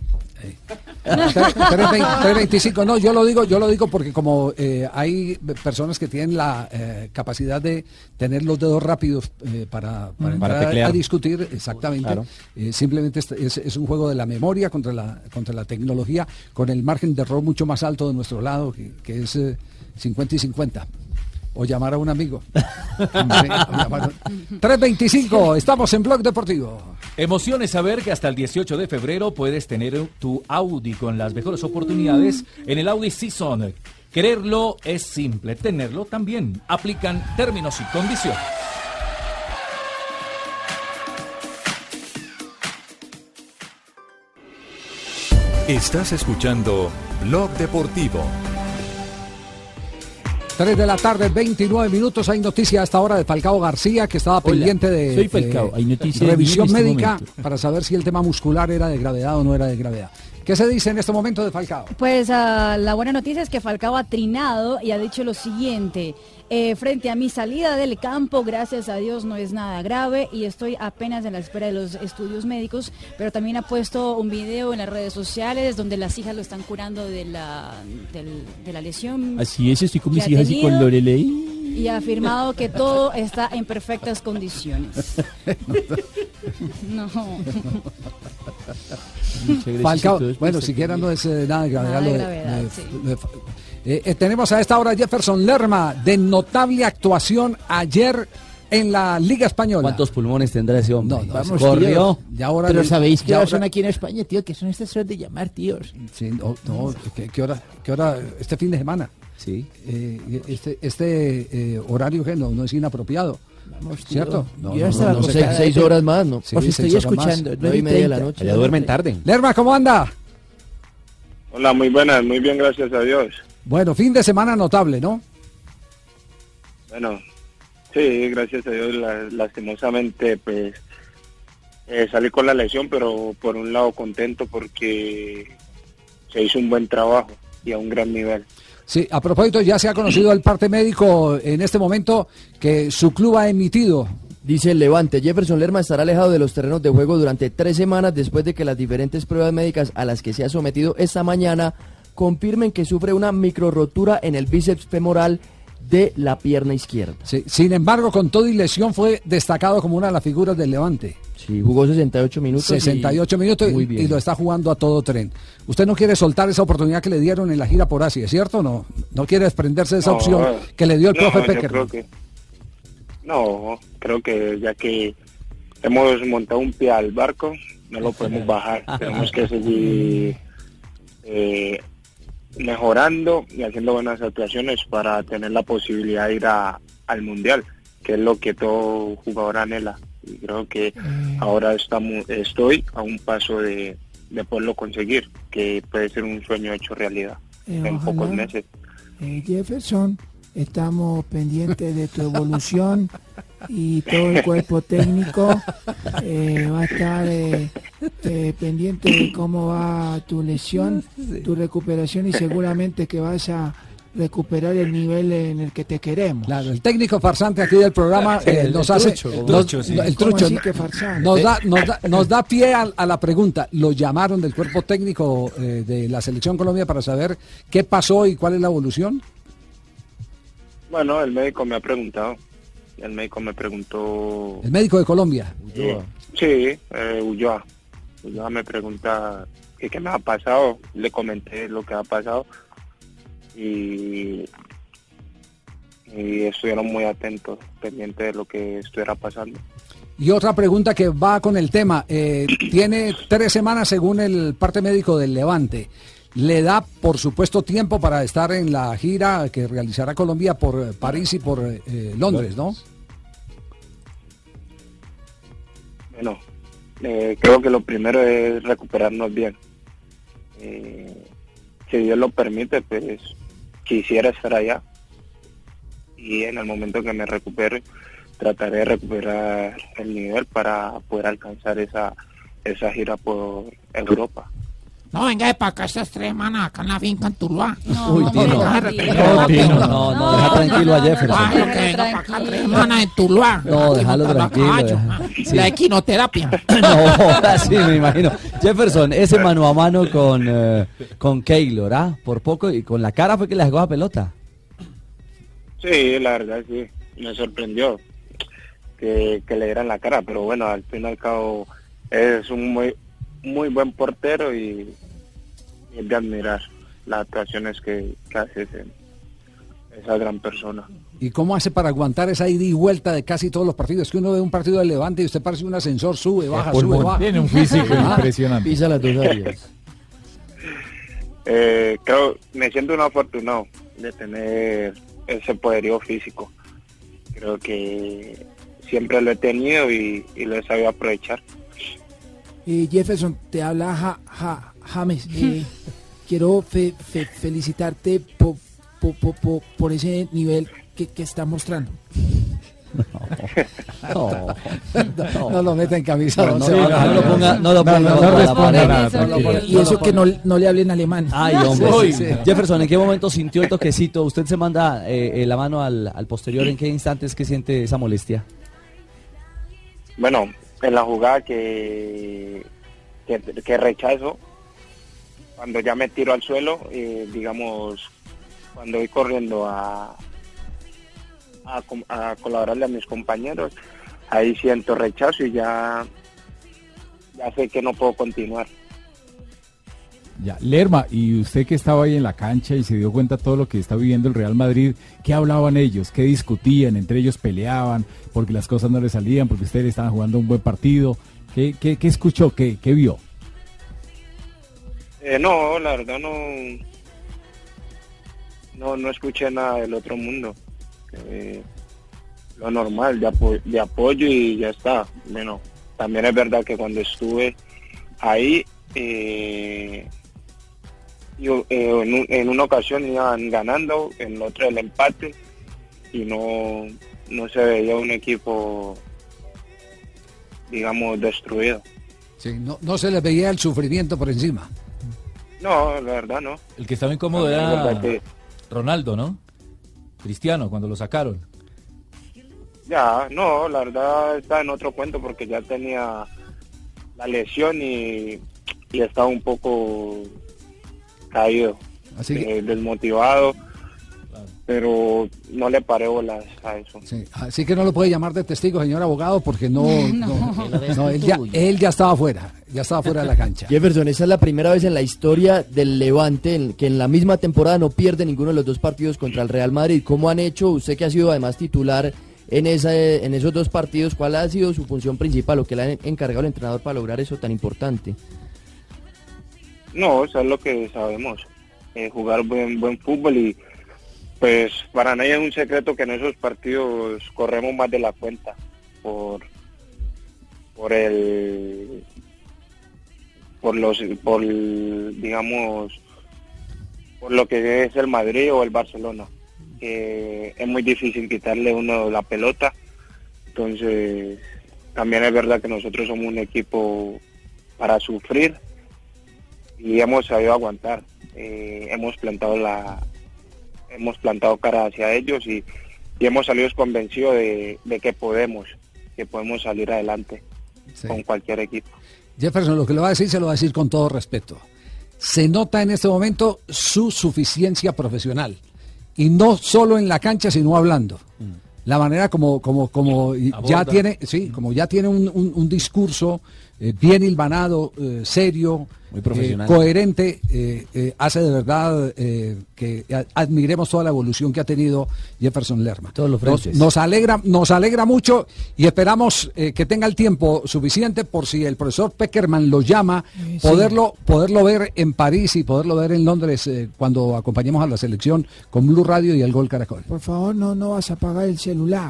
325, no, yo lo digo porque como hay personas que tienen la capacidad de tener los dedos rápidos para entrar a discutir, exactamente, claro. Simplemente es un juego de la memoria contra la tecnología, con el margen de error mucho más alto de nuestro lado, que es 50 y 50. O llamar a un amigo. 325, estamos en Blog Deportivo. Emoción es saber que hasta el 18 de febrero puedes tener tu Audi con las mejores oportunidades en el Audi Season. Quererlo es simple, tenerlo también. Aplican términos y condiciones. Estás escuchando Blog Deportivo. 3 de la tarde, 29 minutos. Hay noticia hasta ahora de Falcao García, que estaba pendiente de revisión médica para saber si el tema muscular era de gravedad o no era de gravedad. ¿Qué se dice en este momento de Falcao? Pues la buena noticia es que Falcao ha trinado y ha dicho lo siguiente: frente a mi salida del campo, gracias a Dios no es nada grave y estoy apenas en la espera de los estudios médicos, pero también ha puesto un video en las redes sociales donde las hijas lo están curando de la lesión. Así es, estoy con mis hijas y con Lorelei. Y ha afirmado que todo está en perfectas condiciones. No. Falcao, bueno, siquiera no es nada de gravedad. Nada de gravedad, sí. Tenemos a esta hora Jefferson Lerma, de notable actuación ayer en la Liga Española. ¿Cuántos pulmones tendrá ese hombre? No, vamos, corrió. Pero sabéis que ahora son aquí en España, tío, que son estas horas de llamar, tíos. Sí, ¿qué hora? Este fin de semana. Sí. Este horario que no es inapropiado. Vamos, tío. ¿Cierto? Yo estaba 6 horas más, ¿no? Os estoy escuchando. 9:30 de la noche. Ya duermen tarde. Lerma, ¿cómo anda? Hola, muy buenas, muy bien, gracias a Dios. Bueno, fin de semana notable, ¿no? Bueno, sí, gracias a Dios, lastimosamente, pues, salí con la lesión, pero por un lado contento porque se hizo un buen trabajo y a un gran nivel. Sí, a propósito, ya se ha conocido el parte médico en este momento que su club ha emitido. Dice el Levante, Jefferson Lerma estará alejado de los terrenos de juego durante 3 semanas después de que las diferentes pruebas médicas a las que se ha sometido esta mañana confirmen que sufre una microrotura en el bíceps femoral de la pierna izquierda. Sí, sin embargo, con todo y lesión fue destacado como una de las figuras del Levante. Sí, jugó 68 minutos. 68 minutos y lo está jugando a todo tren. Usted no quiere soltar esa oportunidad que le dieron en la gira por Asia, ¿cierto? No quiere desprenderse de esa opción que le dio el profe Peckerman. Creo que ya que hemos montado un pie al barco, no lo podemos bajar. Tenemos que seguir mejorando y haciendo buenas actuaciones para tener la posibilidad de ir al Mundial, que es lo que todo jugador anhela. Y creo que ahora estoy a un paso de poderlo conseguir, que puede ser un sueño hecho realidad en pocos meses. Jefferson, estamos pendientes de tu evolución y todo el cuerpo técnico va a estar pendiente de cómo va tu lesión, tu recuperación y seguramente que vas a recuperar el nivel en el que te queremos. Claro, el técnico farsante aquí del programa nos hace... El trucho. Así que farsante? Nos da pie a la pregunta. ¿Lo llamaron del cuerpo técnico de la Selección Colombia para saber qué pasó y cuál es la evolución? Bueno, el médico me ha preguntado. El médico me preguntó... ¿El médico de Colombia? Sí, Ulloa. Ulloa me pregunta qué me ha pasado. Le comenté lo que ha pasado. Y estuvieron muy atentos, pendientes de lo que estuviera pasando. Y otra pregunta que va con el tema. Tiene 3 semanas según el parte médico del Levante. Le da, por supuesto, tiempo para estar en la gira que realizará Colombia por París y por Londres, ¿no? Bueno, creo que lo primero es recuperarnos bien. Si Dios lo permite, pues quisiera estar allá. Y en el momento que me recupere, trataré de recuperar el nivel para poder alcanzar esa gira por Europa. No, venga de para acá estas 3 semanas, acá en la finca en Tuluá. Uy, Tino. No, deja tranquilo a Jefferson. Claro que venga para acá 3 semanas en Tuluá. No, déjalo tranquilo. Sí. La equinoterapia. No, así me imagino. Jefferson, ese mano a mano con Keylor, ¿ah? Por poco, y con la cara fue que le dejó la pelota. Sí, la verdad sí. Me sorprendió que le dieran la cara, pero bueno, al fin y al cabo es un muy buen portero y es de admirar las actuaciones que hace esa gran persona. ¿Y cómo hace para aguantar esa ida y vuelta de casi todos los partidos? Que uno ve un partido de Levante y usted parece un ascensor, sube, baja, sube, baja. Tiene un físico impresionante. Pisa las 2 áreas. Creo, me siento un afortunado de tener ese poderío físico. Creo que siempre lo he tenido y lo he sabido aprovechar. Jefferson, te habla James. Quiero felicitarte por ese nivel que está mostrando. No lo meta en camisa. No lo ponga. Y eso que no le hablen alemán. Ay, hombre. Sí. Jefferson, ¿en qué momento sintió el toquecito? Usted se manda la mano al posterior. ¿En qué instante es que siente esa molestia? Bueno, en la jugada que rechazo, cuando ya me tiro al suelo, digamos, cuando voy corriendo a colaborarle a mis compañeros, ahí siento rechazo y ya sé que no puedo continuar. Ya, Lerma, y usted que estaba ahí en la cancha y se dio cuenta de todo lo que está viviendo el Real Madrid, ¿qué hablaban ellos? ¿Qué discutían? ¿Entre ellos peleaban porque las cosas no les salían, porque ustedes estaban jugando un buen partido? ¿Qué escuchó? ¿Qué vio? No, la verdad no escuché nada del otro mundo. Lo normal, de apoyo y ya está. Bueno, también es verdad que cuando estuve ahí, en una ocasión iban ganando, en la otra el empate y no se veía un equipo, digamos, destruido. Sí, no se les veía el sufrimiento por encima. No, la verdad no. El que estaba incómodo era Ronaldo, ¿no? Cristiano, cuando lo sacaron. Ya, no, la verdad está en otro cuento porque ya tenía la lesión y estaba un poco caído, desmotivado, pero no le paré bolas a eso. Sí, así que no lo puede llamar de testigo, señor abogado, porque él ya estaba fuera de la cancha. Jefferson, esa es la primera vez en la historia del Levante que en la misma temporada no pierde ninguno de los 2 partidos contra el Real Madrid. ¿Cómo han hecho? Usted que ha sido además titular en esos 2 partidos, ¿cuál ha sido su función principal o qué le ha encargado el entrenador para lograr eso tan importante? No, eso es lo que sabemos, jugar buen fútbol y pues para nadie es un secreto que en esos partidos corremos más de la cuenta por lo que es el Madrid o el Barcelona, que es muy difícil quitarle uno la pelota. Entonces también es verdad que nosotros somos un equipo para sufrir y hemos sabido aguantar, hemos plantado hemos plantado cara hacia ellos y hemos salido convencidos de que podemos salir adelante con cualquier equipo. Jefferson, lo que le va a decir se lo va a decir con todo respeto. Se nota en este momento su suficiencia profesional y no solo en la cancha sino hablando. La manera como ya tiene, como ya tiene un discurso bien hilvanado, serio, muy profesional, coherente, hace de verdad que admiremos toda la evolución que ha tenido Jefferson Lerma. Todos los frentes. Nos alegra mucho y esperamos que tenga el tiempo suficiente por si el profesor Peckerman lo llama, poderlo ver en París y poderlo ver en Londres cuando acompañemos a la selección con Blue Radio y el Gol Caracol. Por favor, no vas a apagar el celular.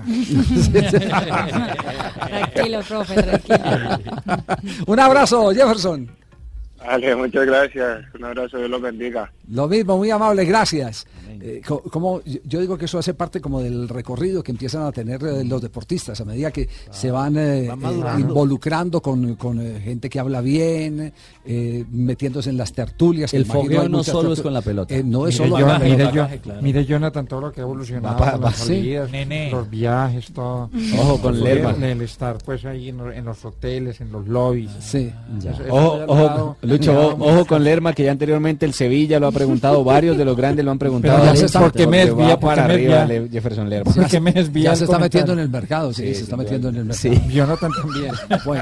Tranquilo, profe, tranquilo. Un abrazo, Jefferson. Vale, muchas gracias. Un abrazo, Dios los bendiga. Lo mismo, muy amable, gracias. Como yo digo que eso hace parte como del recorrido que empiezan a tener los deportistas a medida que se van involucrando con gente que habla bien, metiéndose en las tertulias. El fogueo no solo es con la pelota. No es solo mire Jonathan, todo lo que ha evolucionado con las salidas, los viajes, todo. Ojo con Lerma. El estar pues ahí en los hoteles, en los lobbies. Sí. Ojo, Lucho, ojo con Lerma, que ya anteriormente el Sevilla lo ha preguntado, varios de los grandes lo han preguntado. Porque me desvía, para arriba Jefferson Lerma. Porque me desvía. Ya se está metiendo en el mercado, se está metiendo en el mercado. Sí. Jonathan también. Bueno,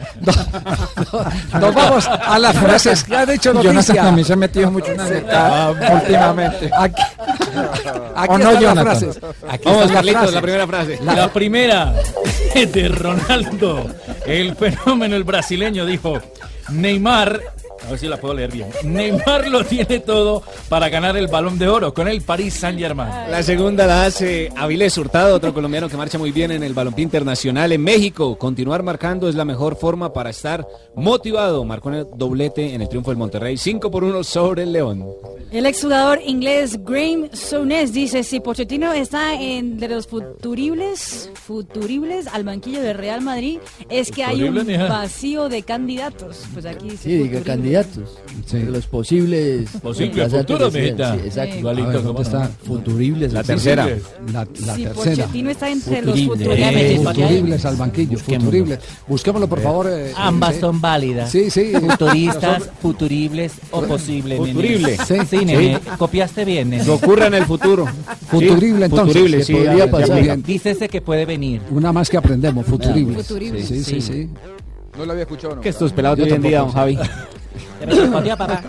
nos vamos a las frases que ha dicho noticia. Jonathan también se ha metido mucho en el mercado últimamente. Aquí están las frases. Vamos, Carlitos, la primera frase. La primera de Ronaldo, el fenómeno, el brasileño, dijo: Neymar, a ver si la puedo leer bien, Neymar lo tiene todo para ganar el Balón de Oro con el Paris Saint-Germain. La segunda la hace Avilés Hurtado, otro colombiano que marcha muy bien en el balompié internacional en México. Continuar marcando es la mejor forma para estar motivado. Marcó el doblete en el triunfo del Monterrey, 5-1 sobre el León. El exjugador inglés Graham Souness dice: si Pochettino está de los futuribles al banquillo del Real Madrid, es que hay un vacío de candidatos. Pues aquí sí, diga candidatos. De los posibles futuros, mijita. Sí, exacto. Igualito, ¿cómo está? Futuribles. La tercera. La si tercera. Pochettino está entre los futuribles al banquillo. Futuribles. Busquémoslo, por favor. Ambas son válidas. Sí. Futuristas, futuribles o posibles. Futurible. Sí, nene, copiaste bien, nene. Que ocurra en el futuro. Futurible, entonces. Futurible, sí. Podría pasar. Dícese que puede venir. Una más que aprendemos, futuribles. Sí. No lo había escuchado nunca. Que estos pelados de hoy en día, don Javi. Me respondió, papá.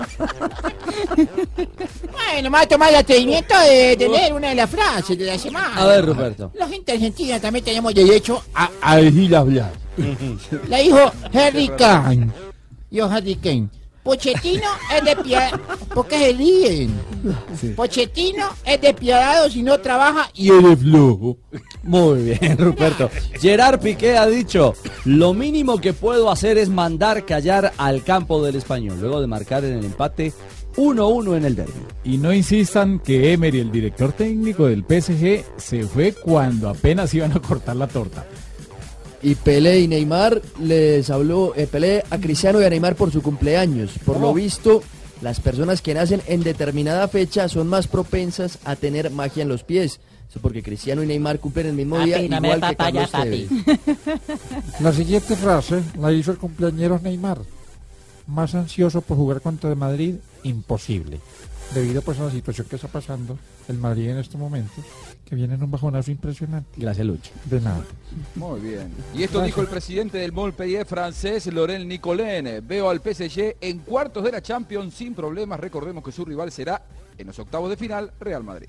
Bueno, me va a tomar el atrevimiento de leer una de las frases de la semana. A ver, Ruperto. La gente argentina también tenemos derecho a oír hablar. La dijo Harry Kane. Harry Kane. Pochettino es despiadado. ¿Por qué se ríen? Sí. Pochettino es despiadado si no trabaja y es flojo. Muy bien, Ruperto. Gerard Piqué ha dicho: lo mínimo que puedo hacer es mandar callar al campo del Español, luego de marcar en el empate 1-1 en el derbi. Y no insistan que Emery, el director técnico del PSG, se fue cuando apenas iban a cortar la torta. Y Pelé y Neymar les habló, Pelé a Cristiano y a Neymar por su cumpleaños. Por lo visto, las personas que nacen en determinada fecha son más propensas a tener magia en los pies. Eso porque Cristiano y Neymar cumplen el mismo día, igual que Carlos Tevez. La siguiente frase la hizo el cumpleañero Neymar. Más ansioso por jugar contra el Madrid, imposible. Debido pues a la situación que está pasando el Madrid en estos momentos, que viene en un bajonazo impresionante. Gracias, Lucho. De nada. Muy bien. Y esto dijo el presidente del Montpellier francés, Laurent Nicolin. Veo al PSG en cuartos de la Champions sin problemas. Recordemos que su rival será en los octavos de final Real Madrid.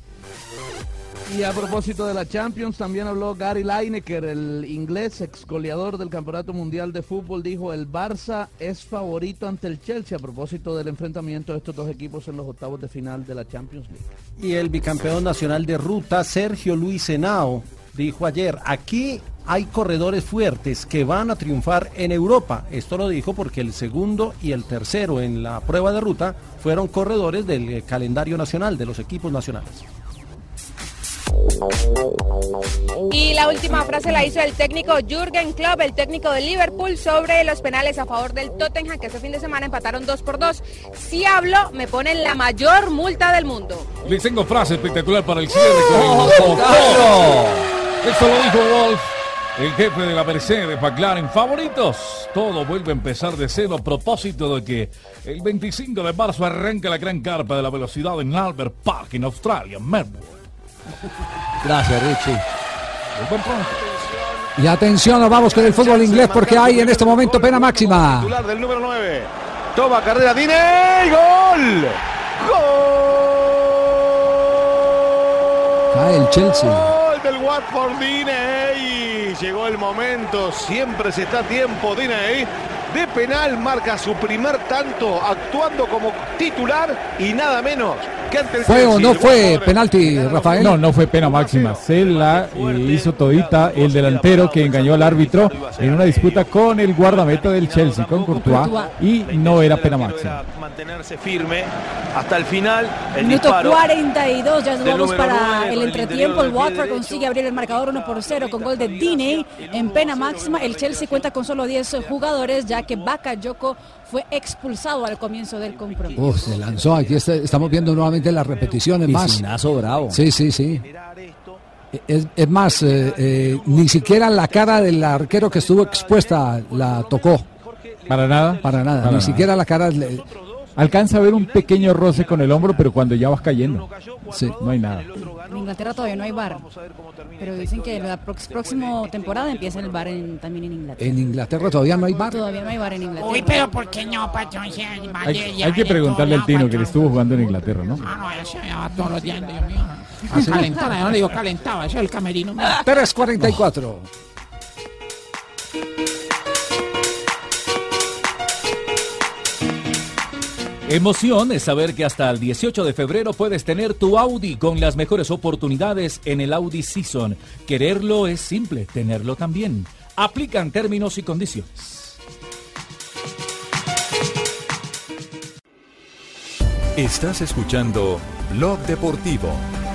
Y a propósito de la Champions, también habló Gary Lineker, el inglés ex goleador del Campeonato Mundial de Fútbol. Dijo: el Barça es favorito ante el Chelsea, a propósito del enfrentamiento de estos dos equipos en los octavos de final de la Champions League. Y el bicampeón nacional de ruta, Sergio Luis Henao, dijo ayer: aquí hay corredores fuertes que van a triunfar en Europa. Esto lo dijo porque el segundo y el tercero en la prueba de ruta fueron corredores del calendario nacional, de los equipos nacionales. Y la última frase la hizo el técnico Jürgen Klopp, el técnico de Liverpool, sobre los penales a favor del Tottenham, que este fin de semana empataron 2-2. Si hablo, me ponen la mayor multa del mundo. Les tengo frase espectacular para el cierre con el Esto lo dijo Wolf, el jefe de la Mercedes McLaren. Favoritos, todo vuelve a empezar de cero a propósito de que el 25 de marzo arranca la gran carpa de la velocidad en Albert Park, en Australia, Melbourne. Gracias, Richie. Y atención, nos vamos con el fútbol inglés porque hay en este momento pena máxima. Titular del número 9. Toma carrera Diney. ¡Gol! ¡Gol! Cae el Chelsea. Gol del Watford, Diney. Llegó el momento. Siempre se está a tiempo. Diney de penal marca su primer tanto actuando como titular y nada menos que ante el ¿Fue Chelsea. o no fue penalti, Rafael? No, no fue pena máxima. Se la hizo todita el delantero que engañó al árbitro en una disputa con el guardameta del Chelsea, con Courtois, y no era pena máxima. Mantenerse firme hasta el final. El Minuto disparo 42, ya del vamos número para 9 el con entretiempo. El interior del pie Watford consigue abrir el marcador 1-0 con gol de Diney en pena máxima. El Chelsea cuenta con solo 10 jugadores, ya que Bakayoko fue expulsado al comienzo del compromiso. Se lanzó, aquí estamos viendo nuevamente las repeticiones más. Piscinazo bravo. Sí. Es más, ni siquiera la cara del arquero que estuvo expuesta la tocó. ¿Para nada? Para nada, siquiera la cara... Alcanza a ver un pequeño roce con el hombro, pero cuando ya vas cayendo, no hay nada. En Inglaterra todavía no hay VAR, pero dicen que la próxima temporada empieza el VAR también en Inglaterra. En Inglaterra todavía no hay VAR. Todavía no hay VAR en Inglaterra. Uy, pero ¿por qué no, patrón? Hay que preguntarle al Tino, que le estuvo jugando en Inglaterra, ¿no? Ah, no, eso ya va todos los días, Dios mío. Calentaba, yo no le digo calentaba, eso es el camerino. 3:44. Emoción es saber que hasta el 18 de febrero puedes tener tu Audi con las mejores oportunidades en el Audi Season. Quererlo es simple, tenerlo también. Aplican términos y condiciones. Estás escuchando Blog Deportivo.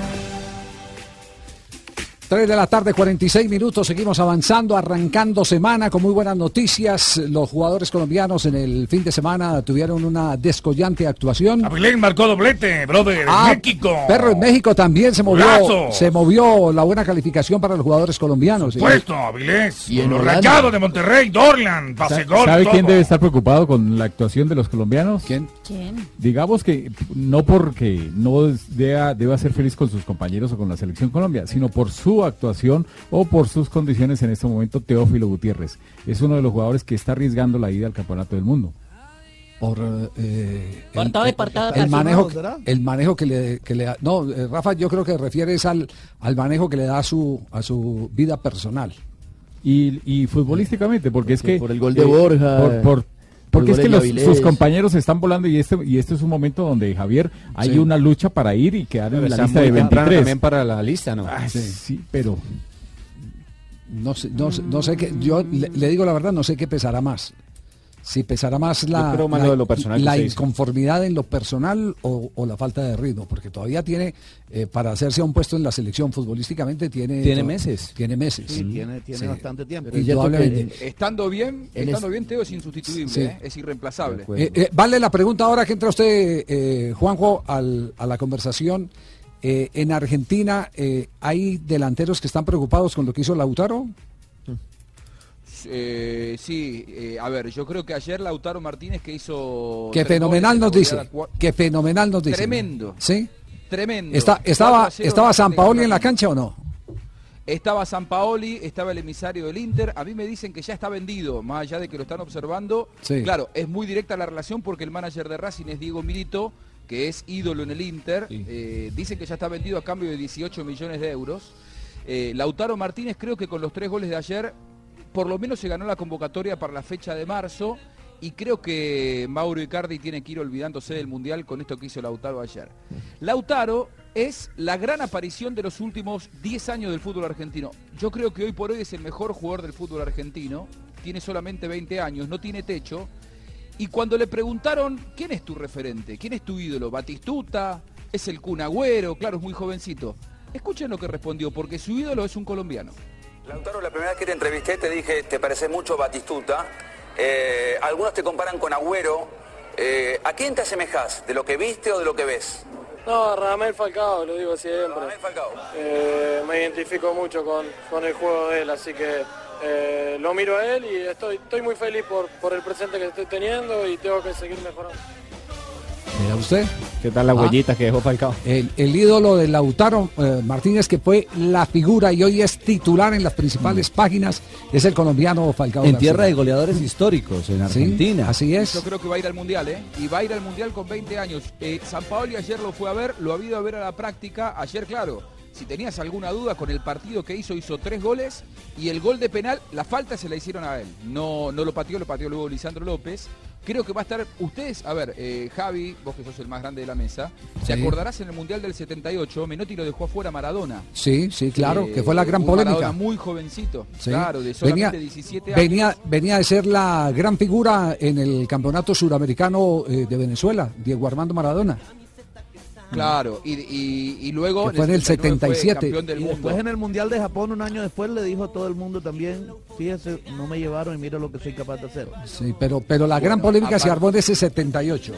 3 de la tarde, 46 minutos, seguimos avanzando, arrancando semana con muy buenas noticias. Los jugadores colombianos en el fin de semana tuvieron una descollante actuación. Avilés marcó doblete, brother, México. Perro en México también se Golazo. movió la buena calificación para los jugadores colombianos. Puesto, Avilés. Y en Los Holanda. Rayados de Monterrey, Dorlan, pase gol. ¿Sabe todo. quién debe estar preocupado con la actuación de los colombianos? ¿Quién? Digamos que no porque no deba ser feliz con sus compañeros o con la Selección Colombia, sino por su actuación o por sus condiciones en este momento. Teófilo Gutiérrez es uno de los jugadores que está arriesgando la ida al Campeonato del Mundo. Por el manejo que le da. No, Rafa, yo creo que refieres al manejo que le da a su vida personal. Y futbolísticamente, porque es que por el gol de Borja. Porque es que Avilés. sus compañeros están volando y este es un momento donde, Javier, hay una lucha para ir y quedar en la lista de 23. También para la lista, ¿no? Sí, pero no sé qué, yo le digo la verdad, no sé qué pesará más. Si pesará más la inconformidad en lo personal o la falta de ritmo, porque todavía tiene, para hacerse a un puesto en la selección futbolísticamente, tiene meses. Tiene meses. Sí, tiene bastante tiempo. Estando bien, Teo es insustituible, es irreemplazable. Vale la pregunta ahora que entra usted, Juanjo, a la conversación. En Argentina, ¿hay delanteros que están preocupados con lo que hizo Lautaro? A ver, yo creo que ayer Lautaro Martínez que hizo... Que fenomenal nos dice. Tremendo. ¿Sí? Tremendo. ¿Estaba Sampaoli en la cancha o no? Estaba Sampaoli, estaba el emisario del Inter. A mí me dicen que ya está vendido, más allá de que lo están observando. Sí. Claro, es muy directa la relación porque el manager de Racing es Diego Milito, que es ídolo en el Inter. Dicen que ya está vendido a cambio de 18 millones de euros. Lautaro Martínez creo que con los 3 goles de ayer por lo menos se ganó la convocatoria para la fecha de marzo y creo que Mauro Icardi tiene que ir olvidándose del Mundial con esto que hizo Lautaro ayer. Lautaro es la gran aparición de los últimos 10 años del fútbol argentino. Yo creo que hoy por hoy es el mejor jugador del fútbol argentino, tiene solamente 20 años, no tiene techo, y cuando le preguntaron, ¿quién es tu referente? ¿Quién es tu ídolo? ¿Batistuta? ¿Es el Kun Agüero? Claro, es muy jovencito. Escuchen lo que respondió, porque su ídolo es un colombiano. Lautaro, la primera vez que te entrevisté te dije, te parece mucho Batistuta. Algunos te comparan con Agüero. ¿A quién te asemejas? ¿De lo que viste o de lo que ves? No, Radamel Falcao, lo digo siempre. Radamel Falcao. Me identifico mucho con el juego de él, así que lo miro a él y estoy muy feliz por el presente que estoy teniendo y tengo que seguir mejorando. Mira usted. ¿Qué tal la huellita que dejó Falcao? El ídolo de Lautaro Martínez, que fue la figura y hoy es titular en las principales páginas, es el colombiano Falcao. En tierra de goleadores históricos, en Argentina. Sí, así es. Yo creo que va a ir al Mundial, ¿eh? Y va a ir al Mundial con 20 años. Sampaoli ayer lo fue a ver, lo ha ido a ver a la práctica. Ayer, claro, si tenías alguna duda con el partido que hizo 3 goles y el gol de penal, la falta se la hicieron a él. No lo pateó luego Lisandro López. Creo que va a estar, ustedes, a ver, Javi, vos que sos el más grande de la mesa, ¿te acordarás en el Mundial del 78? Menotti lo dejó afuera a Maradona. Sí, claro, que fue la gran polémica. Maradona muy jovencito, sí. Claro, de solamente 17 años. Venía de ser la gran figura en el campeonato suramericano de Venezuela, Diego Armando Maradona. Claro, y luego que fue en el 77. Fue campeón del y mundo. después en el Mundial de Japón un año después le dijo a todo el mundo también, fíjese, no me llevaron y mira lo que soy capaz de hacer. Sí, pero la gran polémica se armó en ese 78.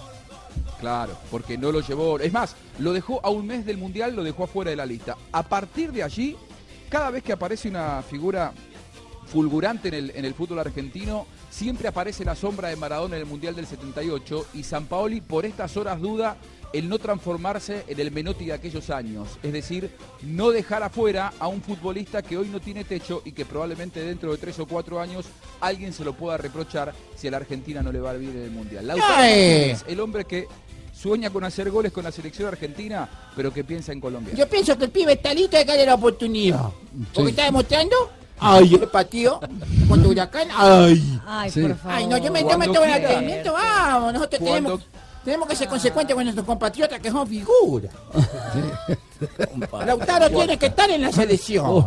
Claro, porque no lo llevó, es más, lo dejó a un mes del Mundial, lo dejó afuera de la lista. A partir de allí, cada vez que aparece una figura fulgurante en el fútbol argentino, siempre aparece la sombra de Maradona en el Mundial del 78 y Sampaoli por estas horas duda el no transformarse en el Menotti de aquellos años, es decir, no dejar afuera a un futbolista que hoy no tiene techo y que probablemente dentro de 3 o 4 años alguien se lo pueda reprochar si a la Argentina no le va bien en el Mundial. Lautaro Martínez, el hombre que sueña con hacer goles con la selección argentina, pero que piensa en Colombia. Yo pienso que el pibe está listo de darle la oportunidad. Porque está demostrando. Ay, el partido contra Huracán. Ay, por favor. Ay, no, yo me tomo el atendimiento. Vamos, nosotros tenemos que ser consecuentes con nuestros compatriotas que son figuras. Lautaro tiene que estar en la selección.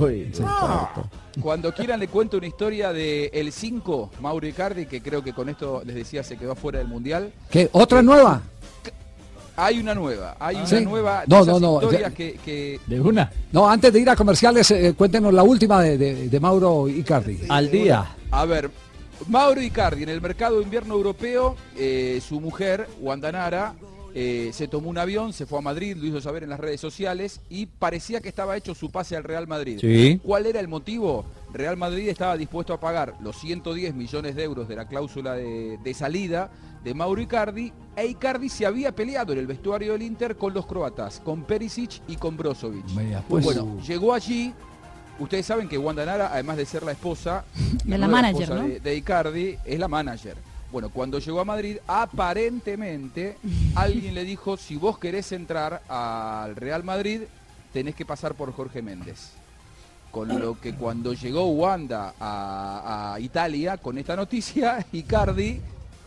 Cuando quieran le cuento una historia de el 5, Mauro Icardi, que creo que con esto les decía se quedó fuera del Mundial. ¿Qué? ¿Otra nueva? Hay una nueva, No. Que... ¿De una? No, antes de ir a comerciales, cuéntenos la última de Mauro Icardi. Al día. A ver, Mauro Icardi, en el mercado de invierno europeo, su mujer, Wanda Nara, se tomó un avión, se fue a Madrid, lo hizo saber en las redes sociales y parecía que estaba hecho su pase al Real Madrid. Sí. ¿Cuál era el motivo? Real Madrid estaba dispuesto a pagar los 110 millones de euros de la cláusula de salida de Mauro Icardi, e Icardi se había peleado en el vestuario del Inter con los croatas, con Perisic y con Brozovic. Bueno, llegó allí. Ustedes saben que Wanda Nara, además de ser la esposa de la manager, esposa ¿no? de Icardi, es la manager. Bueno, cuando llegó a Madrid, aparentemente alguien le dijo, si vos querés entrar al Real Madrid, tenés que pasar por Jorge Méndez. Con lo que cuando llegó Wanda a Italia con esta noticia, Icardi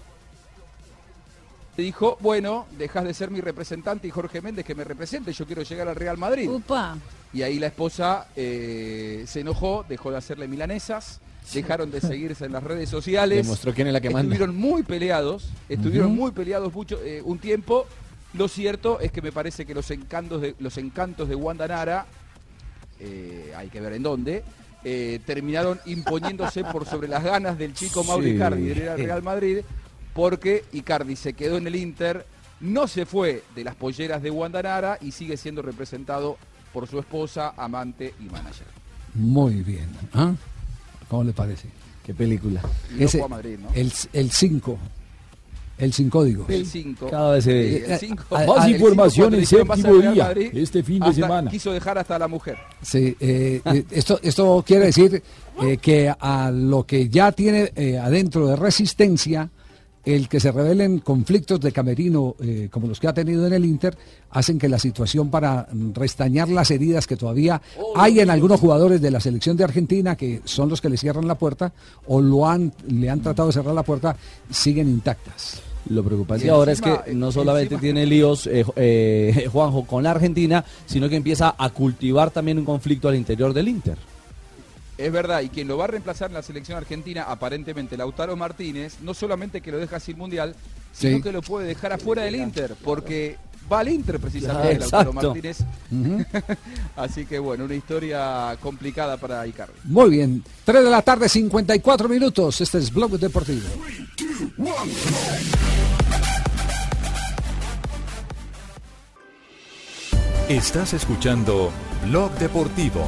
dijo, bueno, dejás de ser mi representante y Jorge Méndez que me represente, yo quiero llegar al Real Madrid. Upa. Y ahí la esposa se enojó, dejó de hacerle milanesas, dejaron de seguirse en las redes sociales. Demostró quién es la que manda. Estuvieron muy peleados mucho, un tiempo. Lo cierto es que me parece que los encantos de Wanda Nara, hay que ver en dónde, terminaron imponiéndose por sobre las ganas del chico Mauro Icardi de ir al Real Madrid, porque Icardi se quedó en el Inter, no se fue de las polleras de Wanda Nara y sigue siendo representado por su esposa, amante y manager. Muy bien. ¿Ah? ¿Cómo le parece? ¿Qué película? Ese, a Madrid, ¿no? El 5. El 5 digo. El 5. Cada vez se ve. El 5. Más información en Séptimo Día, este fin de semana. Quiso dejar hasta a la mujer. Sí, esto quiere decir que a lo que ya tiene adentro de resistencia, el que se revelen conflictos de camerino como los que ha tenido en el Inter, hacen que la situación para restañar las heridas que todavía hay en algunos jugadores de la selección de Argentina, que son los que le cierran la puerta o le han tratado de cerrar la puerta, siguen intactas. Lo preocupante ahora es que no solamente tiene líos Juanjo con la Argentina, sino que empieza a cultivar también un conflicto al interior del Inter. Es verdad, y quien lo va a reemplazar en la selección argentina, aparentemente Lautaro Martínez, no solamente que lo deja sin Mundial, sino que lo puede dejar afuera del Inter, porque va al Inter precisamente, Exacto. Lautaro Martínez. Así que bueno, una historia complicada para Icardi. Muy bien, 3 de la tarde, 54 minutos. Este es Blog Deportivo. Estás escuchando Blog Deportivo.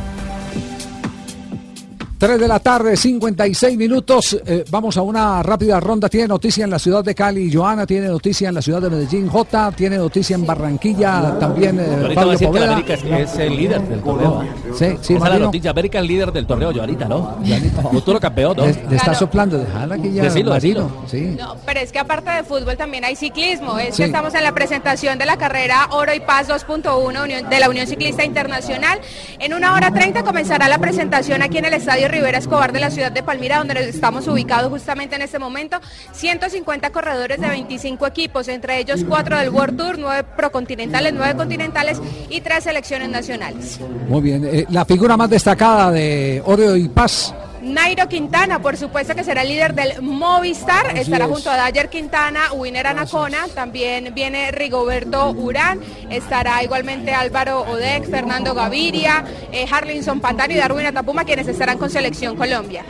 3 de la tarde, 56 minutos. Vamos a una rápida ronda. Tiene noticia en la ciudad de Cali, Joana. Tiene noticia en la ciudad de Medellín, Jota. Tiene noticia en Barranquilla, también Pablo Poveda. América es el líder del torneo. Sí, Esa es la noticia. América es el líder del torneo, Joanita, ¿no? Futuro campeón, ¿no? Le está soplando, dejala que ya Marino. Sí. No, pero es que aparte de fútbol también hay ciclismo. Es Sí. que estamos en la presentación de la carrera Oro y Paz 2.1 de la Unión Ciclista Internacional. En 1:30 comenzará la presentación aquí en el Estadio Rivera Escobar de la ciudad de Palmira, donde estamos ubicados justamente en este momento. 150 corredores de 25 equipos, entre ellos 4 del World Tour, 9 procontinentales, 9 continentales y 3 selecciones nacionales. Muy bien. La figura más destacada de Oro y Paz. Nairo Quintana, por supuesto que será el líder del Movistar, Así estará es. junto a Dyer Quintana, Winner Anacona, también viene Rigoberto Urán, estará igualmente Álvaro Odek, Fernando Gaviria, Harlinson Pantano y Darwin Atapuma, quienes estarán con Selección Colombia.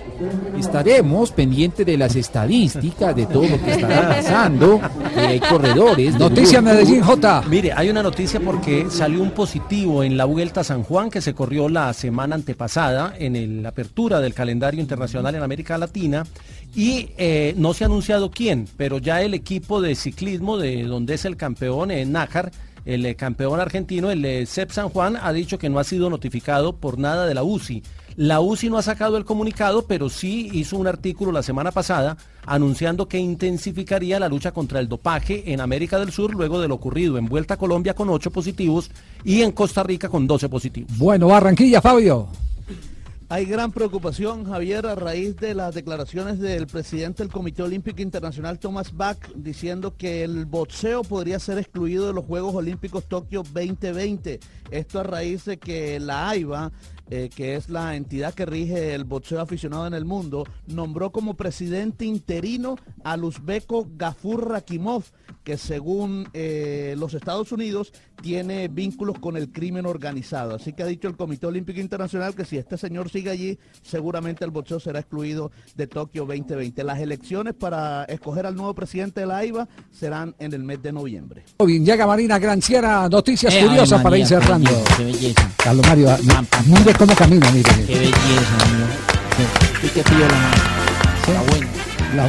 Estaremos pendientes de las estadísticas, de todo lo que estará pasando. Hay corredores. Noticia Medellín, Jota. Mire, hay una noticia porque salió un positivo en la Vuelta a San Juan que se corrió la semana antepasada en la apertura del calendario internacional en América Latina y no se ha anunciado quién, pero ya el equipo de ciclismo de donde es el campeón Nájar, el campeón argentino, el CEP San Juan, ha dicho que no ha sido notificado por nada de la UCI. La UCI no ha sacado el comunicado, pero sí hizo un artículo la semana pasada anunciando que intensificaría la lucha contra el dopaje en América del Sur luego de lo ocurrido en Vuelta a Colombia con 8 positivos y en Costa Rica con 12 positivos. Bueno, Barranquilla, Fabio. Hay gran preocupación, Javier, a raíz de las declaraciones del presidente del Comité Olímpico Internacional, Thomas Bach, diciendo que el boxeo podría ser excluido de los Juegos Olímpicos Tokio 2020. Esto a raíz de que la AIBA, que es la entidad que rige el boxeo aficionado en el mundo, nombró como presidente interino al uzbeco Gafur Rakimov, que según los Estados Unidos tiene vínculos con el crimen organizado. Así que ha dicho el Comité Olímpico Internacional que si este señor sigue allí, seguramente el boxeo será excluido de Tokio 2020. Las elecciones para escoger al nuevo presidente de la AIBA serán en el mes de noviembre. Muy bien, llega Marina Granciera, noticias Ave curiosas para ir María, cerrando. qué belleza. Carlos Mario, mire cómo camina, mire. Qué belleza, amigo. Y qué frío la mano. La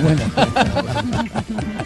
buena.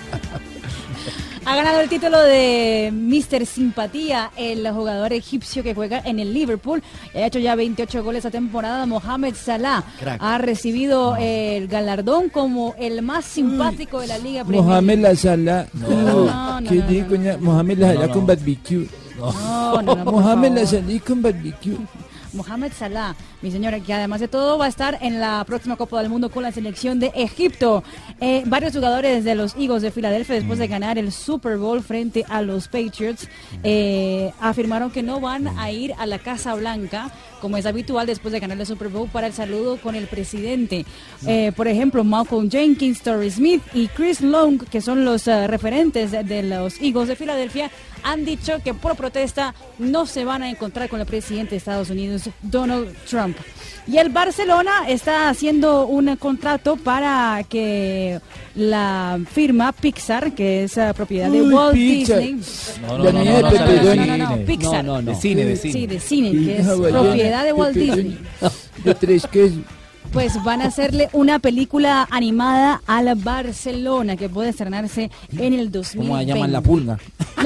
Ha ganado el título de Mr. Simpatía el jugador egipcio que juega en el Liverpool. Ha hecho ya 28 goles esta temporada. Mohamed Salah Crack. ha recibido el galardón como el más simpático de la Liga Premier. Mohamed La Salah. No, ¿Qué digo, Mohamed La Salah con barbecue? No, por Mohamed La favor. Salah con barbecue. Mohamed Salah, mi señora, que además de todo va a estar en la próxima Copa del Mundo con la selección de Egipto. Varios jugadores de los Eagles de Filadelfia, después de ganar el Super Bowl frente a los Patriots, afirmaron que no van a ir a la Casa Blanca, como es habitual después de ganar el Super Bowl, para el saludo con el presidente. Por ejemplo, Malcolm Jenkins, Torrey Smith y Chris Long, que son los referentes de los Eagles de Filadelfia, han dicho que por protesta no se van a encontrar con el presidente de Estados Unidos, Donald Trump. Y el Barcelona está haciendo un contrato para que la firma Pixar, que es propiedad de Walt Pixar. Disney. No, Pixar. No, Sí, de cine, que es propiedad de Walt Disney. De 3 quesos. Pues van a hacerle una película animada a la Barcelona que puede estrenarse en el 2020. ¿Cómo la llaman? La pulga.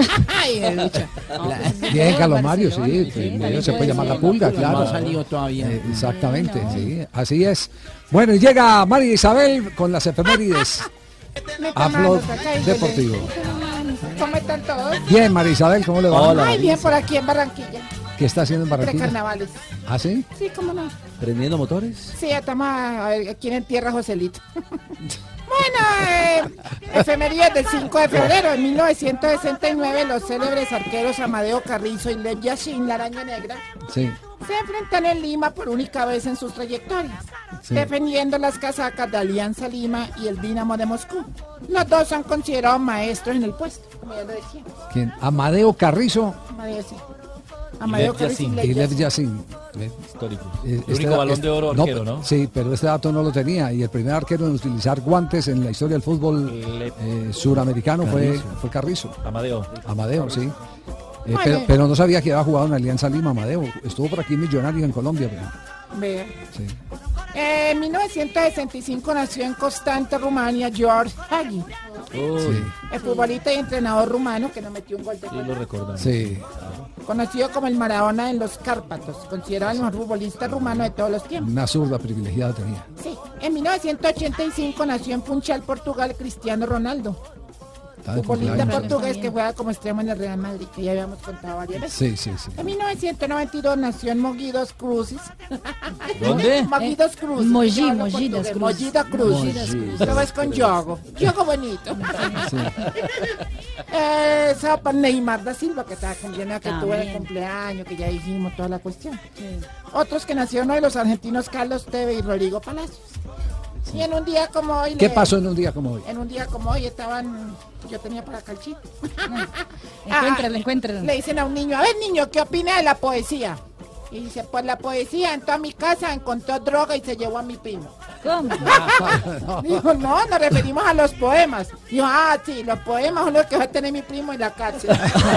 Bien, Carlos Mario, sí, se puede llamar la pulga, claro. No ha salido todavía. Exactamente, sí, así es. Bueno, y llega María Isabel con las efemérides a Blog Deportivo. ¿Cómo están todos? Bien, María Isabel, ¿cómo le va? Ay, bien, por aquí en Barranquilla. ¿Qué está haciendo en Barranquilla? Precarnavales. ¿Ah, sí? Sí, cómo no. ¿Prendiendo motores? Sí, estamos a ver quién entierra a Joselito. Bueno, efemérides del 5 de febrero de 1969, los célebres arqueros Amadeo Carrizo y Lev Yashin, la araña negra, Sí. se enfrentan en Lima por única vez en sus trayectorias, Sí. defendiendo las casacas de Alianza Lima y el Dinamo de Moscú. Los dos son considerados maestros en el puesto, como ya lo decíamos. ¿Quién? Amadeo Carrizo Amadeo, sí. Amadeo Carrizo y Lev Yashin. Histórico. El único balón de oro arquero, ¿no? Sí, pero este dato no lo tenía. Y el primer arquero en utilizar guantes en la historia del fútbol suramericano fue Carrizo. Amadeo, sí. Vale. Pero no sabía que había jugado en Alianza Lima, Amadeo. Estuvo por aquí Millonarios en Colombia. Vea. Sí. En 1965 nació en Constante, Rumania, George Hagi, el futbolista y entrenador rumano que nos metió un gol de gol. Lo recordamos. Sí. Conocido como el Maradona en los Cárpatos, considerado el mejor futbolista rumano de todos los tiempos. Una zurda privilegiada tenía. Sí. En 1985 nació en Funchal, Portugal, Cristiano Ronaldo, futbolista portugués que juega como extremo en el Real Madrid, que ya habíamos contado varias veces. Sí. En 1992 nació en Mogidos Cruzes. ¿Dónde? Mogidos Cruzes. Mogidos Cruzes. Mogidos Cruzes. Todo es con yogo. Yogo bonito. Para Neymar da Silva, que estaba cumpliendo, que tuvo el cumpleaños, que ya dijimos toda la cuestión. Otros que nacieron hoy, los argentinos Carlos Tevez y Rodrigo Palacios. Y en un día como hoy... ¿Qué pasó en un día como hoy? En un día como hoy yo tenía para acá el chito. Encuéntralo. Le dicen a un niño, a ver niño, ¿qué opina de la poesía? Y dice, pues la poesía entró a mi casa, encontró droga y se llevó a mi primo. ¿Cómo? Dijo, no, nos referimos a los poemas. Dijo, sí, los poemas son los que va a tener mi primo en la cárcel.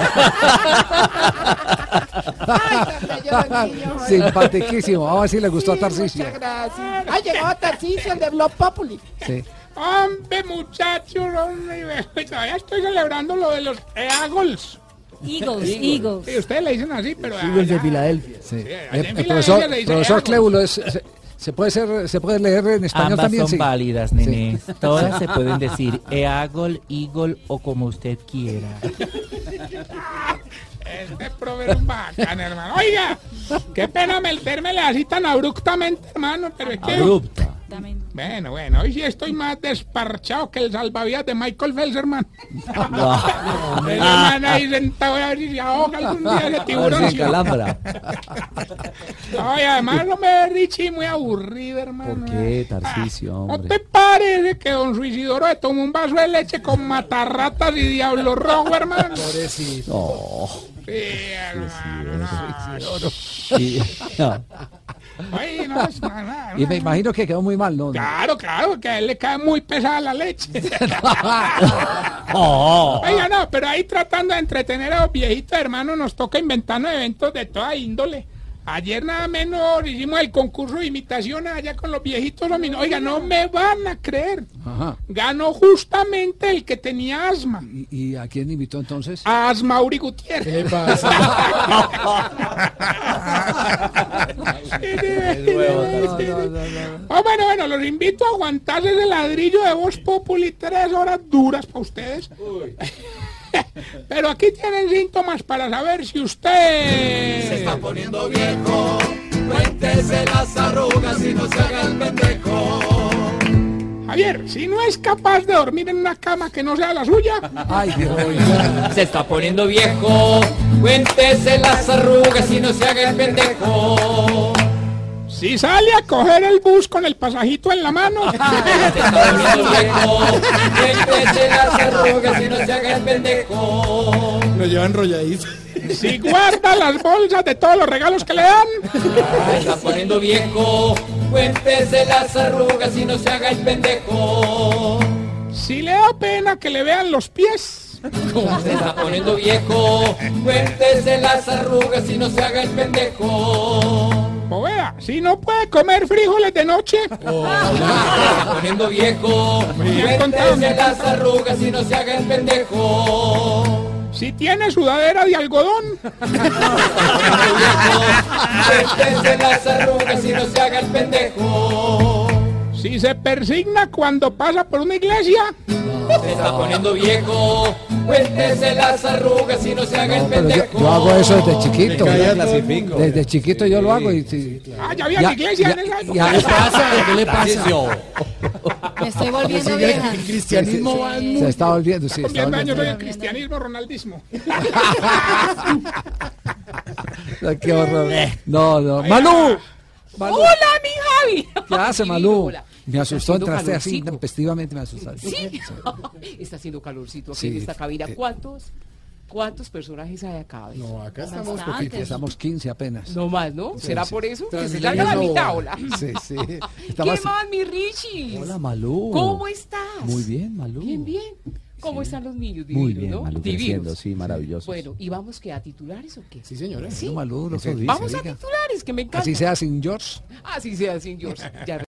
Simpaticísimo. Vamos a ver si le gustó a Tarcisio. Muchas gracias. Llegó Tarcisio, el de Blog Populi. Sí. Hombre, muchachos, todavía estoy celebrando lo de los Eagles. Eagles. Sí, ustedes le dicen así, pero... Eagles de Filadelfia. Sí. El profesor Clébulo, se puede leer en español Ambas también. son válidas, nene. Sí. Todas se pueden decir Eagle, Eagle o como usted quiera. Este profe es un bacán, hermano. Oiga, qué pena metérmele así tan abruptamente, hermano, pero es que... Abrupta. Bueno, hoy sí estoy más desparchado que el salvavidas de Michael Phelps, hermano. El hermano ahí sentado a ver si se ahoga algún día ese tiburón. Se calambra. Ay, además no me ve Richie muy aburrido, hermano. ¿Por qué, Tarcisio, ¿No hombre? te parece que don Suicidoro le tomó un vaso de leche con matarratas y diablo rojo, hermano? Pobrecito. No. Sí, hermano. Ay, no, Y me imagino que quedó muy mal, ¿no? Claro, que a él le cae muy pesada la leche. Oiga, no, pero ahí tratando de entretener a los viejitos, hermano, nos toca inventarnos eventos de toda índole. Ayer nada menos hicimos el concurso de imitaciones allá con los viejitos. Oiga, no me van a creer. Ajá. Ganó justamente el que tenía asma. ¿Y a quién invitó entonces? A Asmauri Gutiérrez. ¿Qué pasa? Bueno, los invito a aguantarse ese ladrillo de Voz Populi 3 horas duras para ustedes. Pero aquí tienen síntomas para saber si usted se está poniendo viejo. Cuéntese las arrugas y no se haga el pendejo. Javier, si no es capaz de dormir en una cama que no sea la suya. Ay, Dios. Se está poniendo viejo. Cuéntese las arrugas y no se haga el pendejo. Si sale a coger el bus con el pasajito en la mano. Se está poniendo viejo. Cuéntese las arrugas y no se haga el pendejo. Lo lleva enrolladito. Si guarda las bolsas de todos los regalos que le dan. Se está poniendo viejo. Cuéntese las arrugas y no se haga el pendejo. Si le da pena que le vean los pies. Se está poniendo viejo. Cuéntese las arrugas y no se haga el pendejo. O vea, si no puede comer frijoles de noche. Se está poniendo viejo. Cuéntese las arrugas y no se haga el pendejo. Si tiene sudadera de algodón. Cuéntese las arrugas y no se haga el pendejo. Si se persigna cuando pasa por una iglesia. Se está poniendo viejo. Cuéntese las arrugas y no se haga el Pero pendejo. yo hago eso desde chiquito. Clasifico. Desde chiquito yo lo hago. Y, ya había la iglesia en esa época. ¿Qué le pasa? Me estoy volviendo vieja. El cristianismo va en Se está volviendo, sí. Cumpliendo años del cristianismo, ronaldismo. Qué horror. No. ¡Malú! ¡Hola, mi Javi! ¿Qué hace, Malú? Hola. Me asustó, Está haciendo entraste así, calorcito. tempestivamente me asustaste. Sí, está haciendo calorcito aquí Sí. en esta cabina. ¿Cuántos personajes hay acá? No, acá estamos Bastantes. poquitos. Estamos 15 apenas. No más, ¿no? Sí, ¿Será sí. por eso? Que se Transmilenio larga la no. mitad, hola. Sí. ¿Qué más, mi Richie? Hola, Malú. ¿Cómo estás? Muy bien, Malú. Bien. ¿Cómo están los niños? Muy Divinos, bien, ¿no? Malú, Divinos. creciendo, sí, maravilloso. Bueno, ¿y vamos que a titulares o qué? Sí, señora. Sí. No, Malú, no se dice, Vamos a diga. titulares, que me encanta. Así sea sin George. Así sea, sin George. Ya